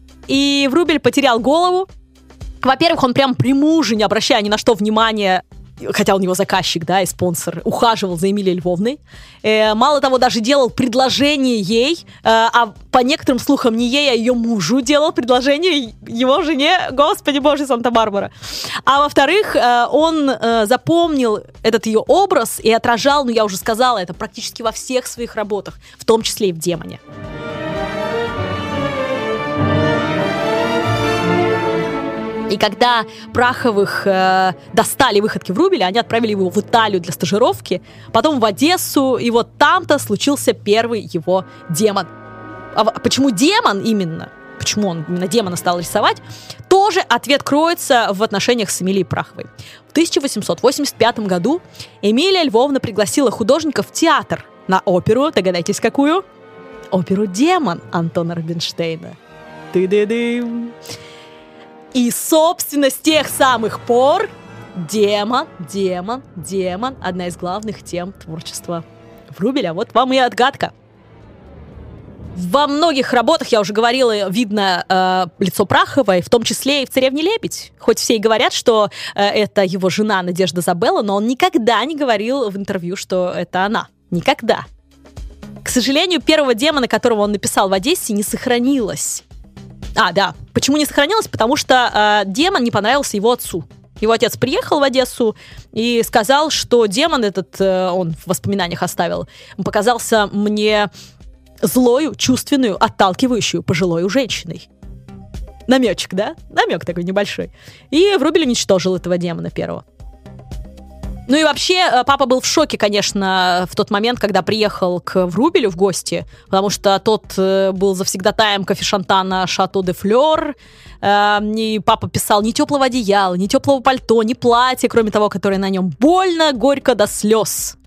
И Врубель потерял голову. Во-первых, он прям при муже, не обращая ни на что внимания, хотя он его заказчик, да, и спонсор, ухаживал за Эмилией Львовной. Э, мало того, даже делал предложение ей, э, а по некоторым слухам не ей, а ее мужу делал предложение его жене, господи боже, Санта-Барбара. А во-вторых, э, он э, запомнил этот ее образ и отражал, ну я уже сказала, это практически во всех своих работах, в том числе и в «Демоне». И когда Праховых э, достали выходки Врубеля, они отправили его в Италию для стажировки, потом в Одессу, и вот там-то случился первый его «Демон». А почему «Демон» именно? Почему он именно «Демона» стал рисовать? Тоже ответ кроется в отношениях с Эмилией Праховой. В тысяча восемьсот восемьдесят пятом году Эмилия Львовна пригласила художника в театр на оперу, догадайтесь, какую? Оперу «Демон» Антона Рубинштейна. Ты-ды-дым. И, собственно, с тех самых пор демон, демон, демон – одна из главных тем творчества Врубеля. Вот вам и отгадка. Во многих работах, я уже говорила, видно э, лицо Праховой, в том числе и в «Царевне Лебедь». Хоть все и говорят, что э, это его жена Надежда Забелла, но он никогда не говорил в интервью, что это она. Никогда. К сожалению, первого демона, которого он написал в Одессе, не сохранилось. А, да. Почему не сохранилось? Потому что э, демон не понравился его отцу. Его отец приехал в Одессу и сказал, что демон этот, э, он в воспоминаниях оставил, показался мне злою, чувственную, отталкивающую пожилой женщиной. Намечек, да? Намек такой небольшой. И Врубель уничтожил этого демона первого. Ну и вообще, папа был в шоке, конечно, в тот момент, когда приехал к Врубелю в гости, потому что тот был завсегдатаем кофешантана «Шато де Флёр», и папа писал ни теплого одеяла, ни теплого пальто, ни платья, кроме того, которое на нем больно, горько до слез.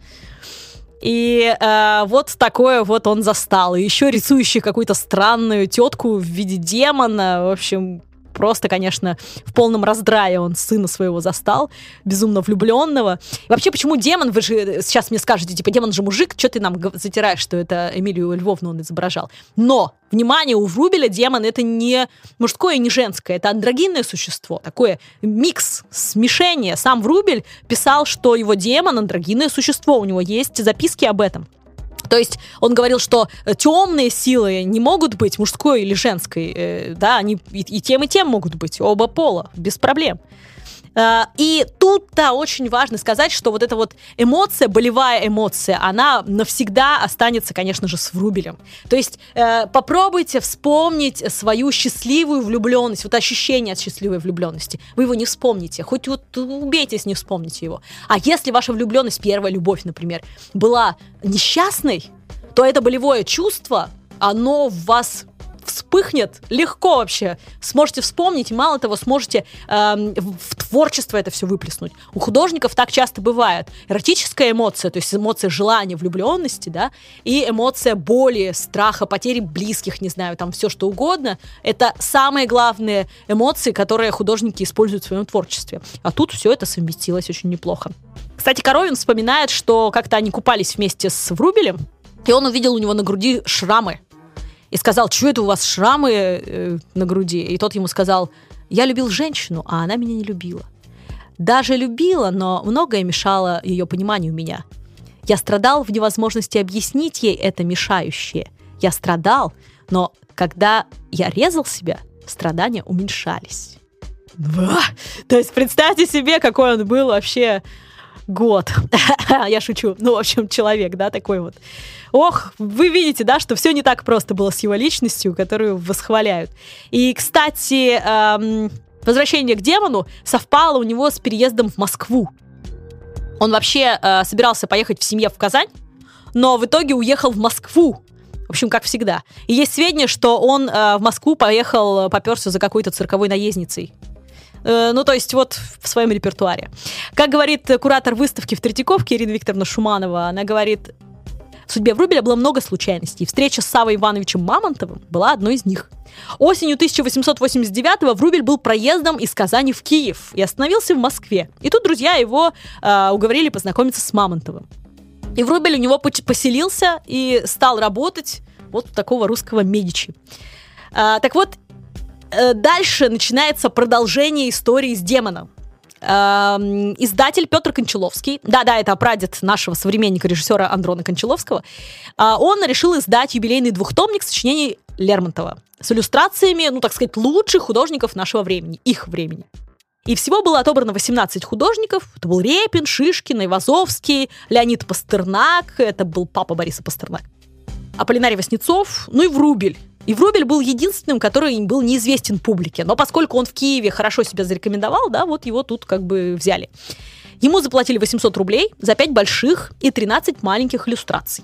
И э, вот такое вот он застал. И еще рисующий какую-то странную тетку в виде демона, в общем... Просто, конечно, в полном раздрае он сына своего застал, безумно влюбленного. И вообще, почему демон? Вы же сейчас мне скажете, типа, демон же мужик, что ты нам затираешь, что это Эмилию Львовну он изображал. Но, внимание, у Врубеля демон — это не мужское и не женское, это андрогинное существо, такое микс, смешение. Сам Врубель писал, что его демон — андрогинное существо, у него есть записки об этом. То есть он говорил, что темные силы не могут быть мужской или женской, э, да, они и, и тем, и тем могут быть, оба пола, без проблем. Э, и тут-то очень важно сказать, что вот эта вот эмоция, болевая эмоция, она навсегда останется, конечно же, с Врубелем. То есть э, попробуйте вспомнить свою счастливую влюбленность, вот ощущение от счастливой влюбленности. Вы его не вспомните, хоть вот убейтесь, не вспомните его. А если ваша влюбленность, первая любовь, например, была несчастной, то это болевое чувство, оно в вас вспыхнет легко вообще. Сможете вспомнить, и мало того, сможете э, в творчество это все выплеснуть. У художников так часто бывает. Эротическая эмоция, то есть эмоция желания, влюбленности, да, и эмоция боли, страха, потери близких, не знаю, там все что угодно. Это самые главные эмоции, которые художники используют в своем творчестве. А тут все это совместилось очень неплохо. Кстати, Коровин вспоминает, что как-то они купались вместе с Врубелем, и он увидел у него на груди шрамы. И сказал, что это у вас шрамы э, на груди? И тот ему сказал, я любил женщину, а она меня не любила. Даже любила, но многое мешало ее пониманию меня. Я страдал в невозможности объяснить ей это мешающее. Я страдал, но когда я резал себя, страдания уменьшались. То есть представьте себе, какой он был вообще... Год. Я шучу. Ну, в общем, человек, да, такой вот. Ох, вы видите, да, что все не так просто было с его личностью, которую восхваляют. И, кстати, эм, возвращение к демону совпало у него с переездом в Москву. Он вообще э, собирался поехать в семье в Казань, но в итоге уехал в Москву. В общем, как всегда. И есть сведения, что он э, в Москву поехал, попёрся за какой-то цирковой наездницей. Ну, то есть вот в своем репертуаре. Как говорит куратор выставки в Третьяковке Ирина Викторовна Шуманова, она говорит, в судьбе Врубеля было много случайностей. Встреча с Саввой Ивановичем Мамонтовым была одной из них. Осенью тысяча восемьсот восемьдесят девятого Врубель был проездом из Казани в Киев и остановился в Москве. И тут друзья его э, уговорили познакомиться с Мамонтовым. И Врубель у него поселился и стал работать вот у такого русского Медичи. Э, так вот, дальше начинается продолжение истории с демоном. издатель Петр Кончаловский, да-да, это прадед нашего современника, режиссера Андрона Кончаловского, он решил издать юбилейный двухтомник сочинений Лермонтова с иллюстрациями, ну, так сказать, лучших художников нашего времени, их времени. И всего было отобрано восемнадцать художников. Это был Репин, Шишкин, Айвазовский, Леонид Пастернак, это был папа Бориса Пастернак, Аполлинарий Васнецов, ну и Врубель. И Врубель был единственным, который был неизвестен публике. Но поскольку он в Киеве хорошо себя зарекомендовал, да, вот его тут как бы взяли. Ему заплатили восемьсот рублей за пять больших и тринадцать маленьких иллюстраций.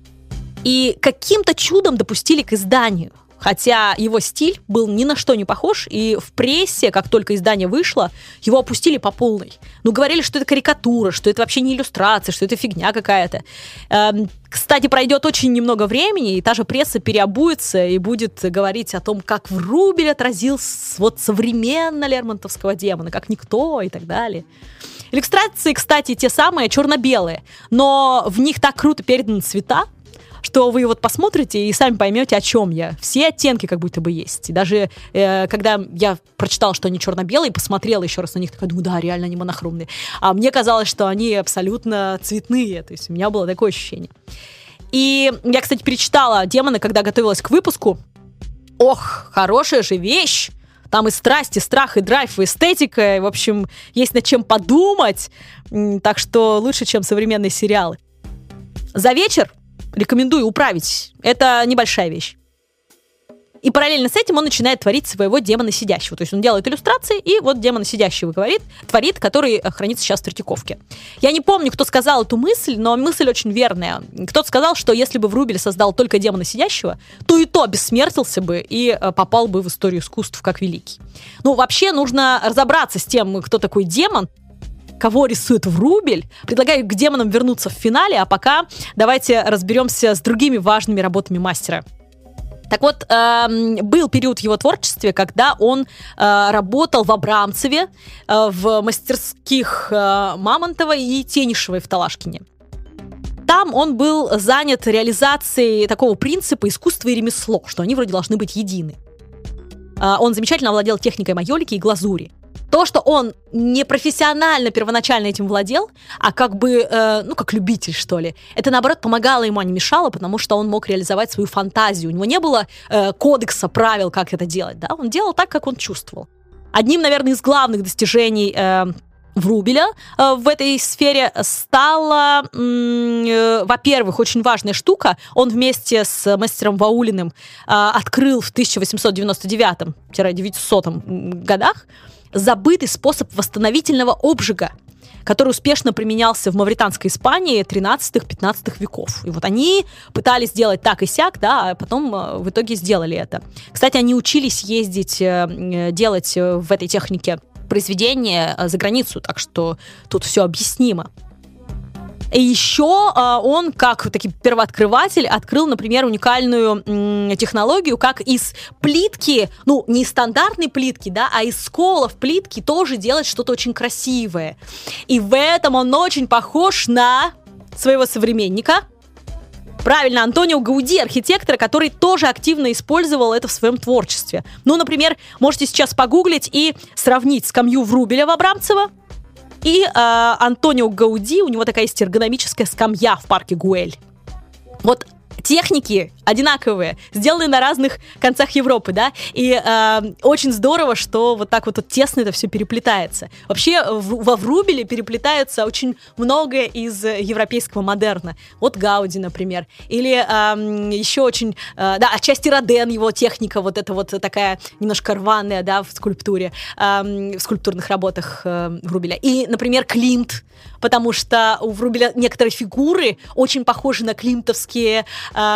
И каким-то чудом допустили к изданию. Хотя его стиль был ни на что не похож, и в прессе, как только издание вышло, его опустили по полной. Ну, говорили, что это карикатура, что это вообще не иллюстрация, что это фигня какая-то. Эм, кстати, пройдет очень немного времени, и та же пресса переобуется и будет говорить о том, как Врубель отразил вот современно лермонтовского демона, как никто и так далее. Иллюстрации, кстати, те самые черно-белые, но в них так круто переданы цвета, что вы вот посмотрите и сами поймете, о чем я. Все оттенки как будто бы есть. И даже э, когда я прочитала, что они черно-белые, посмотрела еще раз на них, такая, думаю, да, реально они монохромные. А мне казалось, что они абсолютно цветные. То есть у меня было такое ощущение. И я, кстати, перечитала «Демоны», когда готовилась к выпуску. Ох, хорошая же вещь! Там и страсть, и страх, и драйв, и эстетика. И, в общем, есть над чем подумать. Так что лучше, чем современные сериалы. За вечер рекомендую управить. Это небольшая вещь. И параллельно с этим он начинает творить своего демона сидящего. То есть он делает иллюстрации, и вот демона сидящего говорит, творит, который хранится сейчас в Третьяковке. Я не помню, кто сказал эту мысль, но мысль очень верная. Кто-то сказал, что если бы Врубель создал только демона сидящего, то и то бессмертился бы и попал бы в историю искусств как великий. Ну, вообще нужно разобраться с тем, кто такой демон, кого рисует Врубель. Предлагаю к демонам вернуться в финале, а пока давайте разберемся с другими важными работами мастера. Так вот, э, был период в его творчестве, когда он э, работал в Абрамцеве, э, в мастерских э, Мамонтова и Тенишевой в Талашкине. Там он был занят реализацией такого принципа искусства и ремесло, что они вроде должны быть едины. Э, он замечательно овладел техникой майолики и глазури. То, что он не профессионально первоначально этим владел, а как бы, э, ну, как любитель, что ли, это, наоборот, помогало ему, а не мешало, потому что он мог реализовать свою фантазию. У него не было э, кодекса, правил, как это делать, да, он делал так, как он чувствовал. Одним, наверное, из главных достижений э, Врубеля э, в этой сфере стала, э, во-первых, очень важная штука. Он вместе с мастером Ваулиным э, открыл в тысяча восемьсот девяносто девятом — девятисотом годах забытый способ восстановительного обжига, который успешно применялся в мавританской Испании тринадцатого-пятнадцатого веков. И вот они пытались сделать так и сяк, да, а потом в итоге сделали это. Кстати, они учились ездить, делать в этой технике произведения за границу, так что тут все объяснимо. И еще он, как таки первооткрыватель, открыл, например, уникальную м, технологию, как из плитки, ну, не стандартной плитки, да, а из сколов плитки тоже делать что-то очень красивое. И в этом он очень похож на своего современника. Правильно, Антонио Гауди, архитектора, который тоже активно использовал это в своем творчестве. Ну, например, можете сейчас погуглить и сравнить скамью Врубеля в Абрамцево и э, Антонио Гауди, у него такая есть эргономическая скамья в парке Гуэль. Вот техники одинаковые, сделаны на разных концах Европы, да, и э, очень здорово, что вот так вот, вот тесно это все переплетается. Вообще в, во Врубеле переплетаются очень многое из европейского модерна. Вот Гауди, например, или э, еще очень, э, да, отчасти Роден, его техника вот эта вот такая немножко рваная, да, в скульптуре, э, в скульптурных работах э, Врубеля. И, например, Климт, потому что у Врубеля некоторые фигуры очень похожи на климтовские.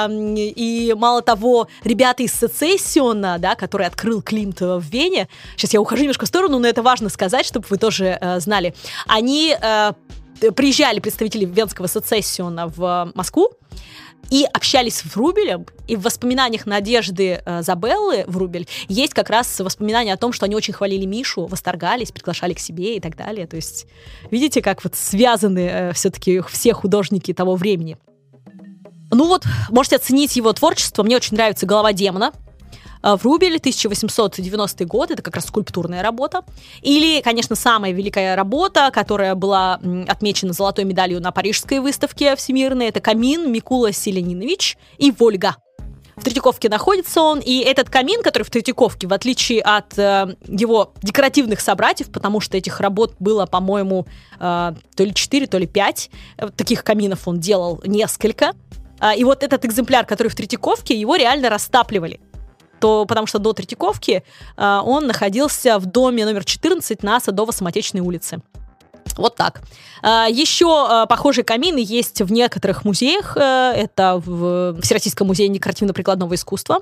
И мало того, ребята из Сецессиона, да, который открыл Климт в Вене, сейчас я ухожу немножко в сторону, но это важно сказать, чтобы вы тоже э, знали, они э, приезжали, представители Венского Сецессиона, в Москву и общались с Врубелем, и в воспоминаниях Надежды э, Забеллы Врубель есть как раз воспоминания о том, что они очень хвалили Мишу, восторгались, приглашали к себе и так далее. То есть видите, как вот связаны э, все-таки все художники того времени. Ну вот, можете оценить его творчество. Мне очень нравится «Голова демона». Врубель, тысяча восемьсот девяностый год, это как раз скульптурная работа. Или, конечно, самая великая работа, которая была отмечена золотой медалью на Парижской выставке всемирной, это камин Микула Селянинович и Вольга. В Третьяковке находится он, и этот камин, который в Третьяковке, в отличие от э, его декоративных собратьев, потому что этих работ было, по-моему, э, то ли четыре, то ли пять, э, таких каминов он делал несколько, э, и вот этот экземпляр, который в Третьяковке, его реально растапливали, то, потому что до Третьяковки э, он находился в доме номер четырнадцать на Садово-Самотечной улице. Вот так. Еще похожие камины есть в некоторых музеях. Это в Всероссийском музее декоративно-прикладного искусства,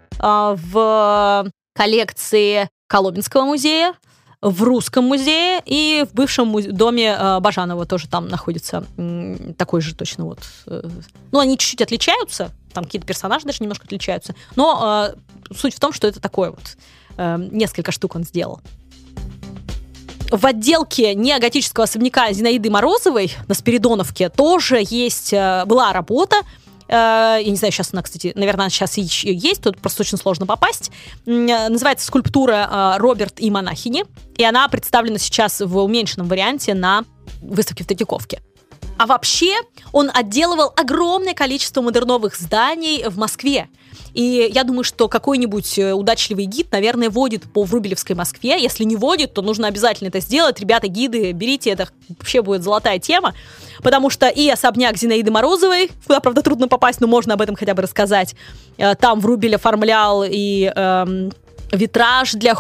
в коллекции Коломенского музея, в Русском музее и в бывшем музе- доме Бажанова тоже там находится такой же точно вот. Ну, они чуть-чуть отличаются, там какие-то персонажи даже немножко отличаются, но суть в том, что это такое вот. Несколько штук он сделал. В отделке неоготического особняка Зинаиды Морозовой на Спиридоновке тоже есть, была работа. Я не знаю, сейчас она, кстати, наверное, сейчас еще есть, тут просто очень сложно попасть. Называется скульптура «Роберт и монахини», и она представлена сейчас в уменьшенном варианте на выставке в Третьяковке. А вообще он отделывал огромное количество модерновых зданий в Москве. И я думаю, что какой-нибудь удачливый гид, наверное, водит по Врубелевской Москве. Если не водит, то нужно обязательно это сделать. Ребята, гиды, берите, это вообще будет золотая тема. Потому что и особняк Зинаиды Морозовой, куда, правда, трудно попасть, но можно об этом хотя бы рассказать. Там Врубель оформлял и эм, витраж для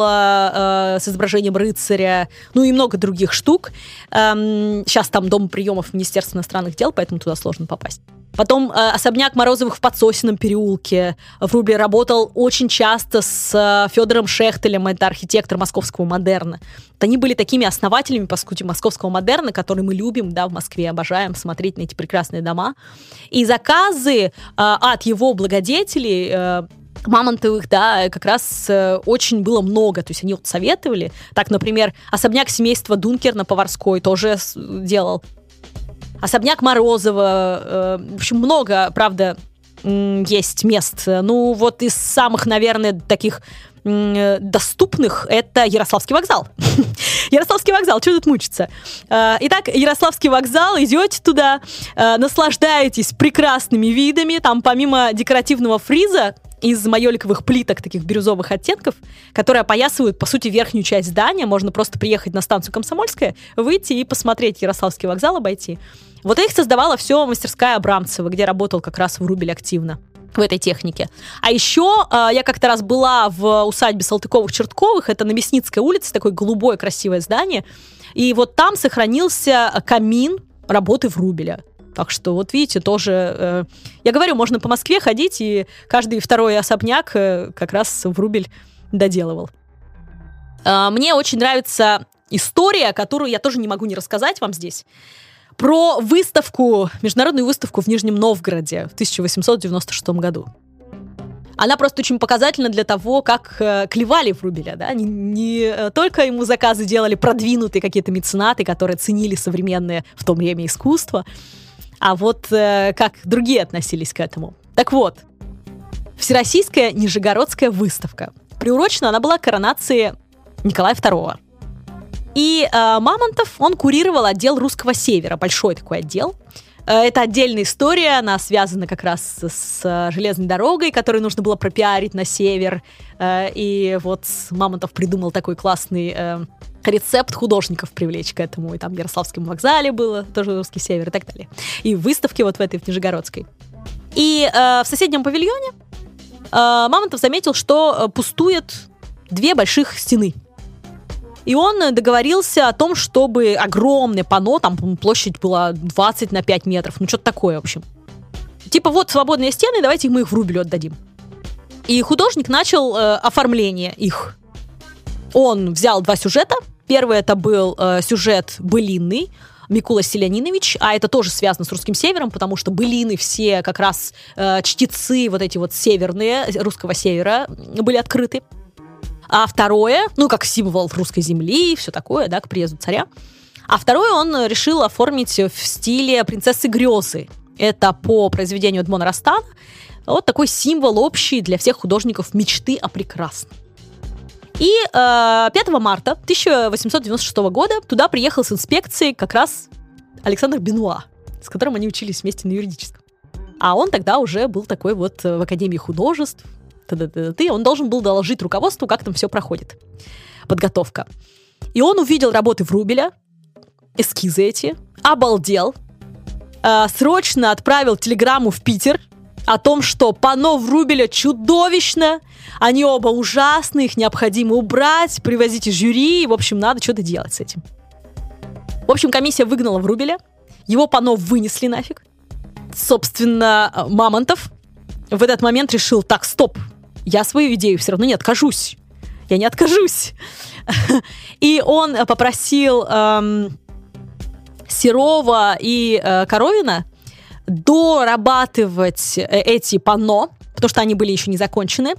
холла э, с изображением рыцаря, ну и много других штук. Эм, сейчас там дом приемов Министерства иностранных дел, поэтому туда сложно попасть. Потом э, особняк Морозовых в Подсосином переулке. Врубель работал очень часто с э, Федором Шехтелем, это архитектор московского модерна. Вот они были такими основателями, по сути, московского модерна, который мы любим, да, в Москве, обожаем смотреть на эти прекрасные дома. И заказы э, от его благодетелей, э, Мамонтовых, да, как раз э, очень было много, то есть они вот советовали. Так, например, особняк семейства Дункер на Поварской тоже делал. Особняк Морозова, э, в общем, много, правда, м- есть мест. Ну, вот из самых, наверное, таких м- доступных это Ярославский вокзал. Ярославский вокзал, что тут мучиться? Итак, Ярославский вокзал, идете туда, наслаждаетесь прекрасными видами, там помимо декоративного фриза из майоликовых плиток, таких бирюзовых оттенков, которые опоясывают, по сути, верхнюю часть здания. Можно просто приехать на станцию Комсомольская, выйти и посмотреть Ярославский вокзал, обойти. Вот их создавала все мастерская Абрамцева, где работал как раз Врубель активно в этой технике. А еще э, я как-то раз была в усадьбе Салтыковых-Чертковых, это на Мясницкой улице, такое голубое красивое здание, и вот там сохранился камин работы Врубеля. Так что, вот видите, тоже, э, я говорю, можно по Москве ходить, и каждый второй особняк э, как раз Врубель доделывал. Э, мне очень нравится история, которую я тоже не могу не рассказать вам здесь, про выставку, международную выставку в Нижнем Новгороде в тысяча восемьсот девяносто шестом году. Она просто очень показательна для того, как э, клевали Врубеля, да, не, не только ему заказы делали продвинутые какие-то меценаты, которые ценили современное в то время искусство, а вот э, как другие относились к этому. Так вот, Всероссийская Нижегородская выставка. Приурочена она была к коронации Николая второго. И э, Мамонтов, он курировал отдел Русского Севера, большой такой отдел. Э, это отдельная история, она связана как раз с, с железной дорогой, которую нужно было пропиарить на север. Э, и вот Мамонтов придумал такой классный э, рецепт художников привлечь к этому. И там в Ярославском вокзале было тоже Русский Север и так далее. И в выставке вот в этой, в Нижегородской. И э, в соседнем павильоне э, Мамонтов заметил, что пустует две больших стены. И он договорился о том, чтобы огромное панно, там площадь была двадцать на пять метров, ну что-то такое, в общем. Типа вот свободные стены, давайте мы их Врубелю отдадим. И художник начал э, оформление их. Он взял два сюжета. Первый это был э, сюжет былинный, Микула Селянинович, а это тоже связано с Русским Севером, потому что былины все как раз э, чтецы вот эти вот северные, Русского Севера были открыты. А второе, ну, как символ русской земли и все такое, да, к приезду царя. А второе он решил оформить в стиле принцессы Грезы. Это по произведению Эдмона Растана. Вот такой символ общий для всех художников мечты о прекрасном. И э, пятого марта тысяча восемьсот девяносто шестого года туда приехал с инспекцией как раз Александр Бенуа, с которым они учились вместе на юридическом. А он тогда уже был такой вот в Академии художеств. Т-т-т-т. Он должен был доложить руководству, как там все проходит. Подготовка. И он увидел работы Врубеля, эскизы эти, обалдел, э, срочно отправил телеграмму в Питер о том, что панно Врубеля чудовищно, они оба ужасны, их необходимо убрать, привозить из жюри, в общем, надо что-то делать с этим. В общем, комиссия выгнала Врубеля, его панно вынесли нафиг. Собственно, Мамонтов в этот момент решил: так, стоп, я свою идею все равно не откажусь, я не откажусь. И он попросил эм, Серова и э, Коровина дорабатывать эти панно, потому что они были еще не закончены.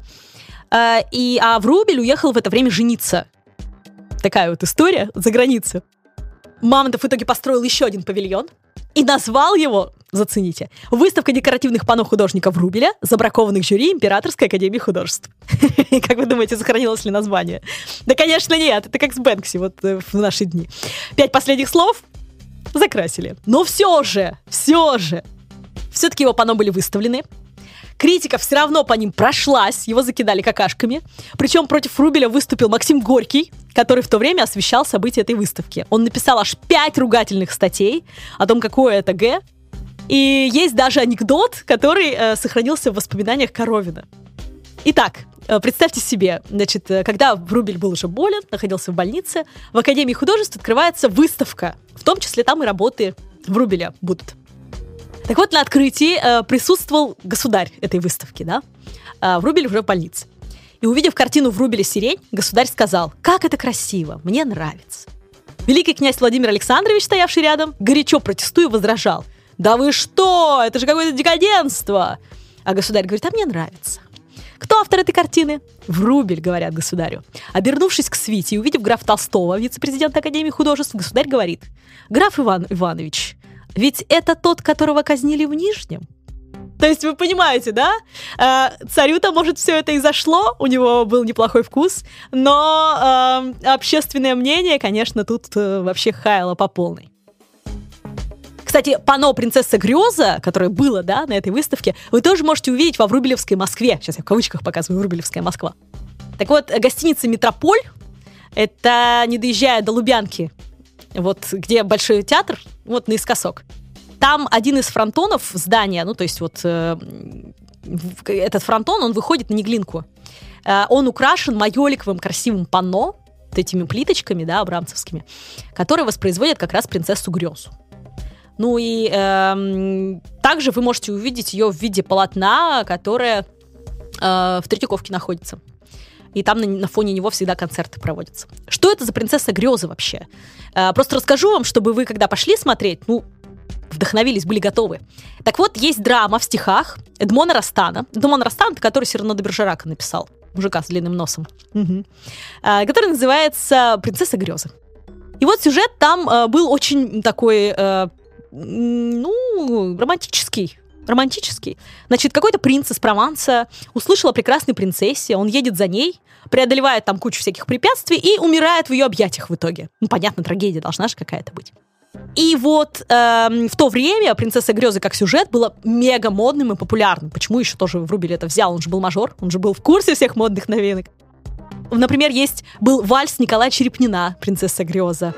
И, а Врубель уехал в это время жениться. Такая вот история за границу. Мамонтов в итоге построил еще один павильон и назвал его, зацените, «Выставка декоративных панно художника Врубеля, забракованных жюри Императорской академии художеств». Как вы думаете, сохранилось ли название? Да, конечно, нет. Это как с Бэнкси вот в наши дни. Пять последних слов закрасили. Но все же, все же, все-таки его панно были выставлены. Критика все равно по ним прошлась, его закидали какашками. Причем против Врубеля выступил Максим Горький, который в то время освещал события этой выставки. Он написал аж пять ругательных статей о том, какое это г. И есть даже анекдот, который э, сохранился в воспоминаниях Коровина. Итак, э, представьте себе, значит, когда Врубель был уже болен, находился в больнице, в Академии художеств открывается выставка. В том числе там и работы Врубеля будут. Так вот, на открытии э, присутствовал государь этой выставки, да? А Врубель уже в больнице. И увидев картину Врубеля «Сирень», государь сказал: «Как это красиво, мне нравится». Великий князь Владимир Александрович, стоявший рядом, горячо протестуя, возражал: «Да вы что, это же какое-то декаденство!» А государь говорит: «А мне нравится». Кто автор этой картины? Врубель, говорят государю. Обернувшись к свите и увидев графа Толстого, вице-президента Академии художеств, государь говорит: «Граф Иван Иванович, ведь это тот, которого казнили в Нижнем». То есть вы понимаете, да? Царю-то, может, все это и зашло, у него был неплохой вкус, но э, общественное мнение, конечно, тут э, вообще хаяло по полной. Кстати, панно «Принцесса Греза», которое было, да, на этой выставке, вы тоже можете увидеть во Врубелевской Москве. Сейчас я в кавычках показываю «Врубелевская Москва». Так вот, гостиница «Метрополь», это не доезжая до Лубянки, вот где Большой театр, вот наискосок. Там один из фронтонов здания, ну, то есть вот э, этот фронтон, он выходит на Неглинку. Э, он украшен майоликовым красивым панно, вот этими плиточками, да, абрамцевскими, которые воспроизводят как раз «Принцессу Грезу». Ну и э, также вы можете увидеть ее в виде полотна, которое э, в Третьяковке находится. И там на, на фоне него всегда концерты проводятся. Что это за «Принцесса Грезы» вообще? Э, просто расскажу вам, чтобы вы, когда пошли смотреть, ну, вдохновились, были готовы. Так вот, есть драма в стихах Эдмона Ростана. Эдмон Ростан, который Сирано де Бержерака написал. Мужика с длинным носом. Угу. Э, который называется «Принцесса Грезы». И вот сюжет там э, был очень такой, э, ну, романтический. Романтический. Значит, какой-то принц из Прованса услышал о прекрасной принцессе, он едет за ней, преодолевает там кучу всяких препятствий и умирает в ее объятиях в итоге. Ну, понятно, трагедия должна же какая-то быть. И вот э, в то время «Принцесса Грезы» как сюжет было мега модным и популярным. Почему еще тоже Врубель это взял? Он же был мажор, он же был в курсе всех модных новинок. Например, есть был вальс Николая Черепнина «Принцесса Греза».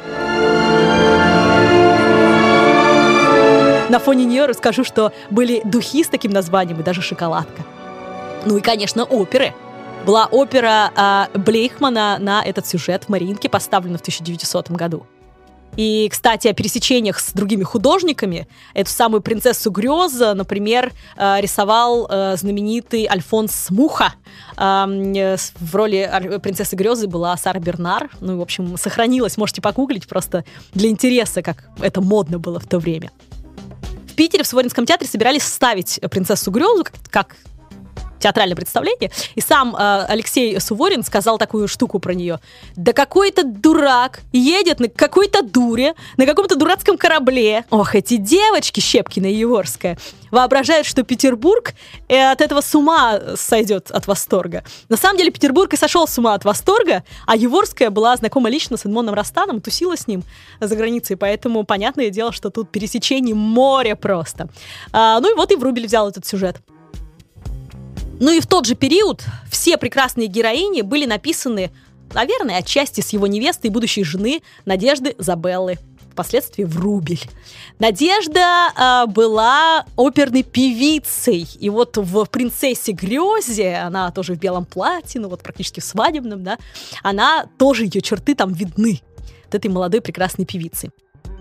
На фоне нее расскажу, что были духи с таким названием и даже шоколадка. Ну и, конечно, оперы. Была опера э, Блейхмана на этот сюжет в Мариинке, поставлена в тысяча девятисотом году. И, кстати, о пересечениях с другими художниками. Эту самую «Принцессу Грезы», например, э, рисовал э, знаменитый Альфонс Муха. Э, в роли «Принцессы Грезы» была Сара Бернар. Ну, в общем, сохранилась, можете погуглить просто для интереса, как это модно было в то время. В Питере в Суворинском театре собирались ставить «Принцессу Грезу» как, как театральное представление, и сам э, Алексей Суворин сказал такую штуку про нее. Да какой-то дурак едет на какой-то дуре, на каком-то дурацком корабле. Ох, эти девочки, Щепкина и Яворская, воображают, что Петербург э, от этого с ума сойдет от восторга. На самом деле Петербург и сошел с ума от восторга, а Яворская была знакома лично с Эдмоном Ростаном, тусила с ним за границей, поэтому понятное дело, что тут пересечений море просто. А, ну и вот и Врубель взял этот сюжет. Ну и в тот же период все прекрасные героини были написаны, наверное, отчасти с его невестой и будущей жены Надежды Забеллы, впоследствии Врубель. Надежда э, была оперной певицей, и вот в «Принцессе Грезе», она тоже в белом платье, ну вот практически в свадебном, да, она тоже, ее черты там видны, от этой молодой прекрасной певицы.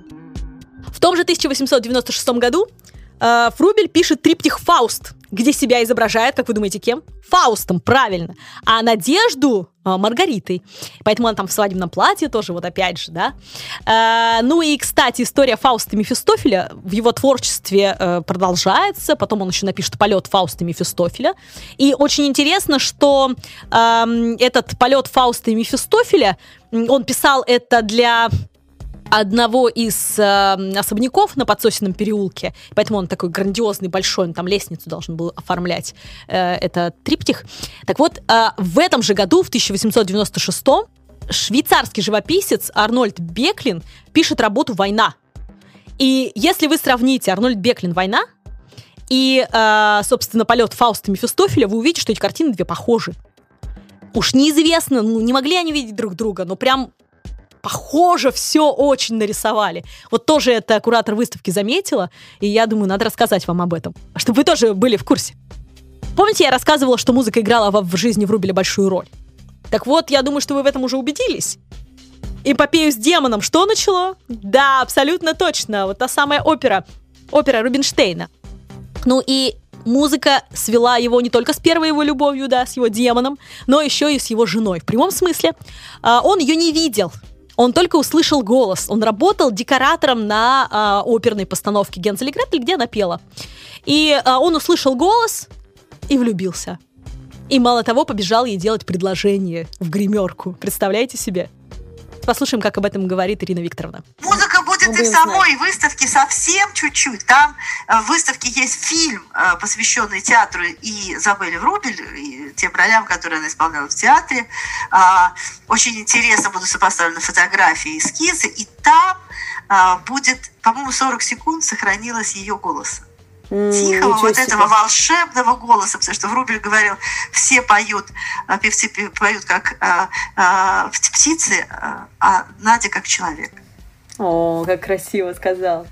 В том же тысяча восемьсот девяносто шестом году э, Врубель пишет триптих «Фауст», где себя изображает, как вы думаете, кем? Фаустом, правильно. А Надежду э, Маргаритой. Поэтому она там в свадебном платье тоже, вот опять же, да. Э, ну и, кстати, история Фауста Мефистофеля в его творчестве э, продолжается. Потом он еще напишет «Полет Фауста Мефистофеля». И очень интересно, что э, этот полет Фауста и Мефистофеля, он писал это для одного из э, особняков на Подсосином переулке, поэтому он такой грандиозный, большой, он там лестницу должен был оформлять, э, это триптих. Так вот, э, в этом же году, в тысяча восемьсот девяносто шестом, швейцарский живописец Арнольд Беклин пишет работу «Война». И если вы сравните Арнольд Беклин «Война» и, э, собственно, полет Фауста Мефистофеля, вы увидите, что эти картины две похожи. Уж неизвестно, ну, не могли они видеть друг друга, но прям похоже, все очень нарисовали. Вот тоже это куратор выставки заметила, и я думаю, надо рассказать вам об этом, чтобы вы тоже были в курсе. Помните, я рассказывала, что музыка играла в жизни Врубеля большую роль? Так вот, я думаю, что вы в этом уже убедились. Эпопею с демоном что начало? Да, абсолютно точно. Вот та самая опера. Опера Рубинштейна. Ну и музыка свела его не только с первой его любовью, да, с его демоном, но еще и с его женой. В прямом смысле. Он ее не видел. Он только услышал голос. Он работал декоратором на а, оперной постановке «Гензель и Гретель», где она пела. И а, он услышал голос и влюбился. И мало того, побежал ей делать предложение в гримерку. Представляете себе? Послушаем, как об этом говорит Ирина Викторовна. Музыка будет и в самой выставке совсем чуть-чуть. Там в выставке есть фильм, посвященный театру и Забелле Врубель, и тем ролям, которые она исполняла в театре. Очень интересно будут сопоставлены фотографии и эскизы. И там будет, по-моему, сорок секунд сохранилось ее голоса. Тихого, вот себе. Этого волшебного голоса, потому что Врубель говорил, все поют, певцы поют как а, а, птицы, а Надя как человек. О, как красиво сказал.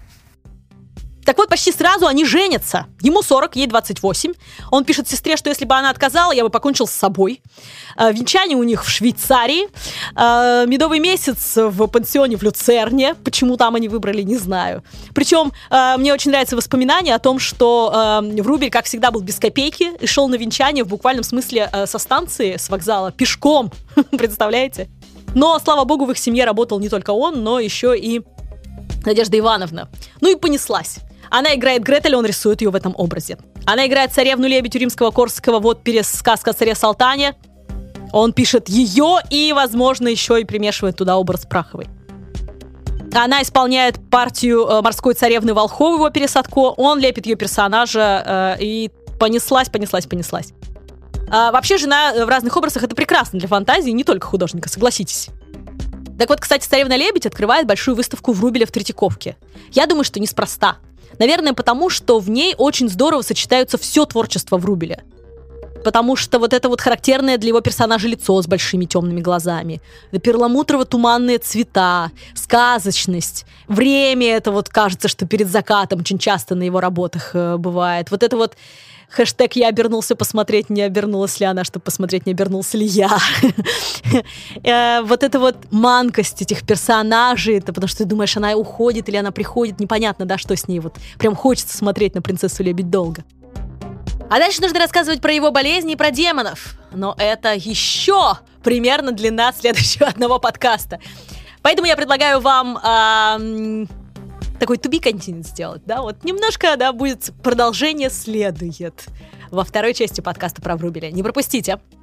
Так вот, почти сразу они женятся. Ему сорок, ей двадцать восемь. Он пишет сестре, что если бы она отказала, я бы покончил с собой. Венчание у них в Швейцарии. Медовый месяц в пансионе в Люцерне. Почему там они выбрали, не знаю. Причем мне очень нравятся воспоминания о том, что Врубель, как всегда, был без копейки и шел на венчание в буквальном смысле со станции, с вокзала, пешком. Представляете? Но, слава богу, в их семье работал не только он, но еще и Надежда Ивановна. Ну и понеслась. Она играет Гретель, он рисует ее в этом образе. Она играет царевну-лебедь у Римского-Корсакова, вот пересказка о царе Салтане. Он пишет ее и, возможно, еще и примешивает туда образ Праховой. Она исполняет партию морской царевны Волховой в опере Садко. Он лепит ее персонажа э, и понеслась, понеслась, понеслась. А, вообще, жена в разных образах — это прекрасно для фантазии, не только художника, согласитесь. Так вот, кстати, «Царевна-лебедь» открывает большую выставку Врубеля в Третьяковке. Я думаю, что неспроста. Наверное, потому что в ней очень здорово сочетаются все творчество Врубеля. Потому что вот это вот характерное для его персонажа лицо с большими темными глазами, перламутрово-туманные цвета, сказочность, время, это вот кажется, что перед закатом очень часто на его работах э, бывает. Вот это вот хэштег «Я обернулся посмотреть, не обернулась ли она, чтобы посмотреть, не обернулся ли я». Вот это вот манкость этих персонажей, это потому что ты думаешь, она уходит или она приходит, непонятно, да, что с ней. Вот прям хочется смотреть на «Принцессу Лебедь» долго. А дальше нужно рассказывать про его болезни и про демонов. Но это еще примерно длина следующего одного подкаста. Поэтому я предлагаю вам... Э, такой to be continued сделать, да, вот немножко, да, будет продолжение следует во второй части подкаста про Врубеля. Не пропустите.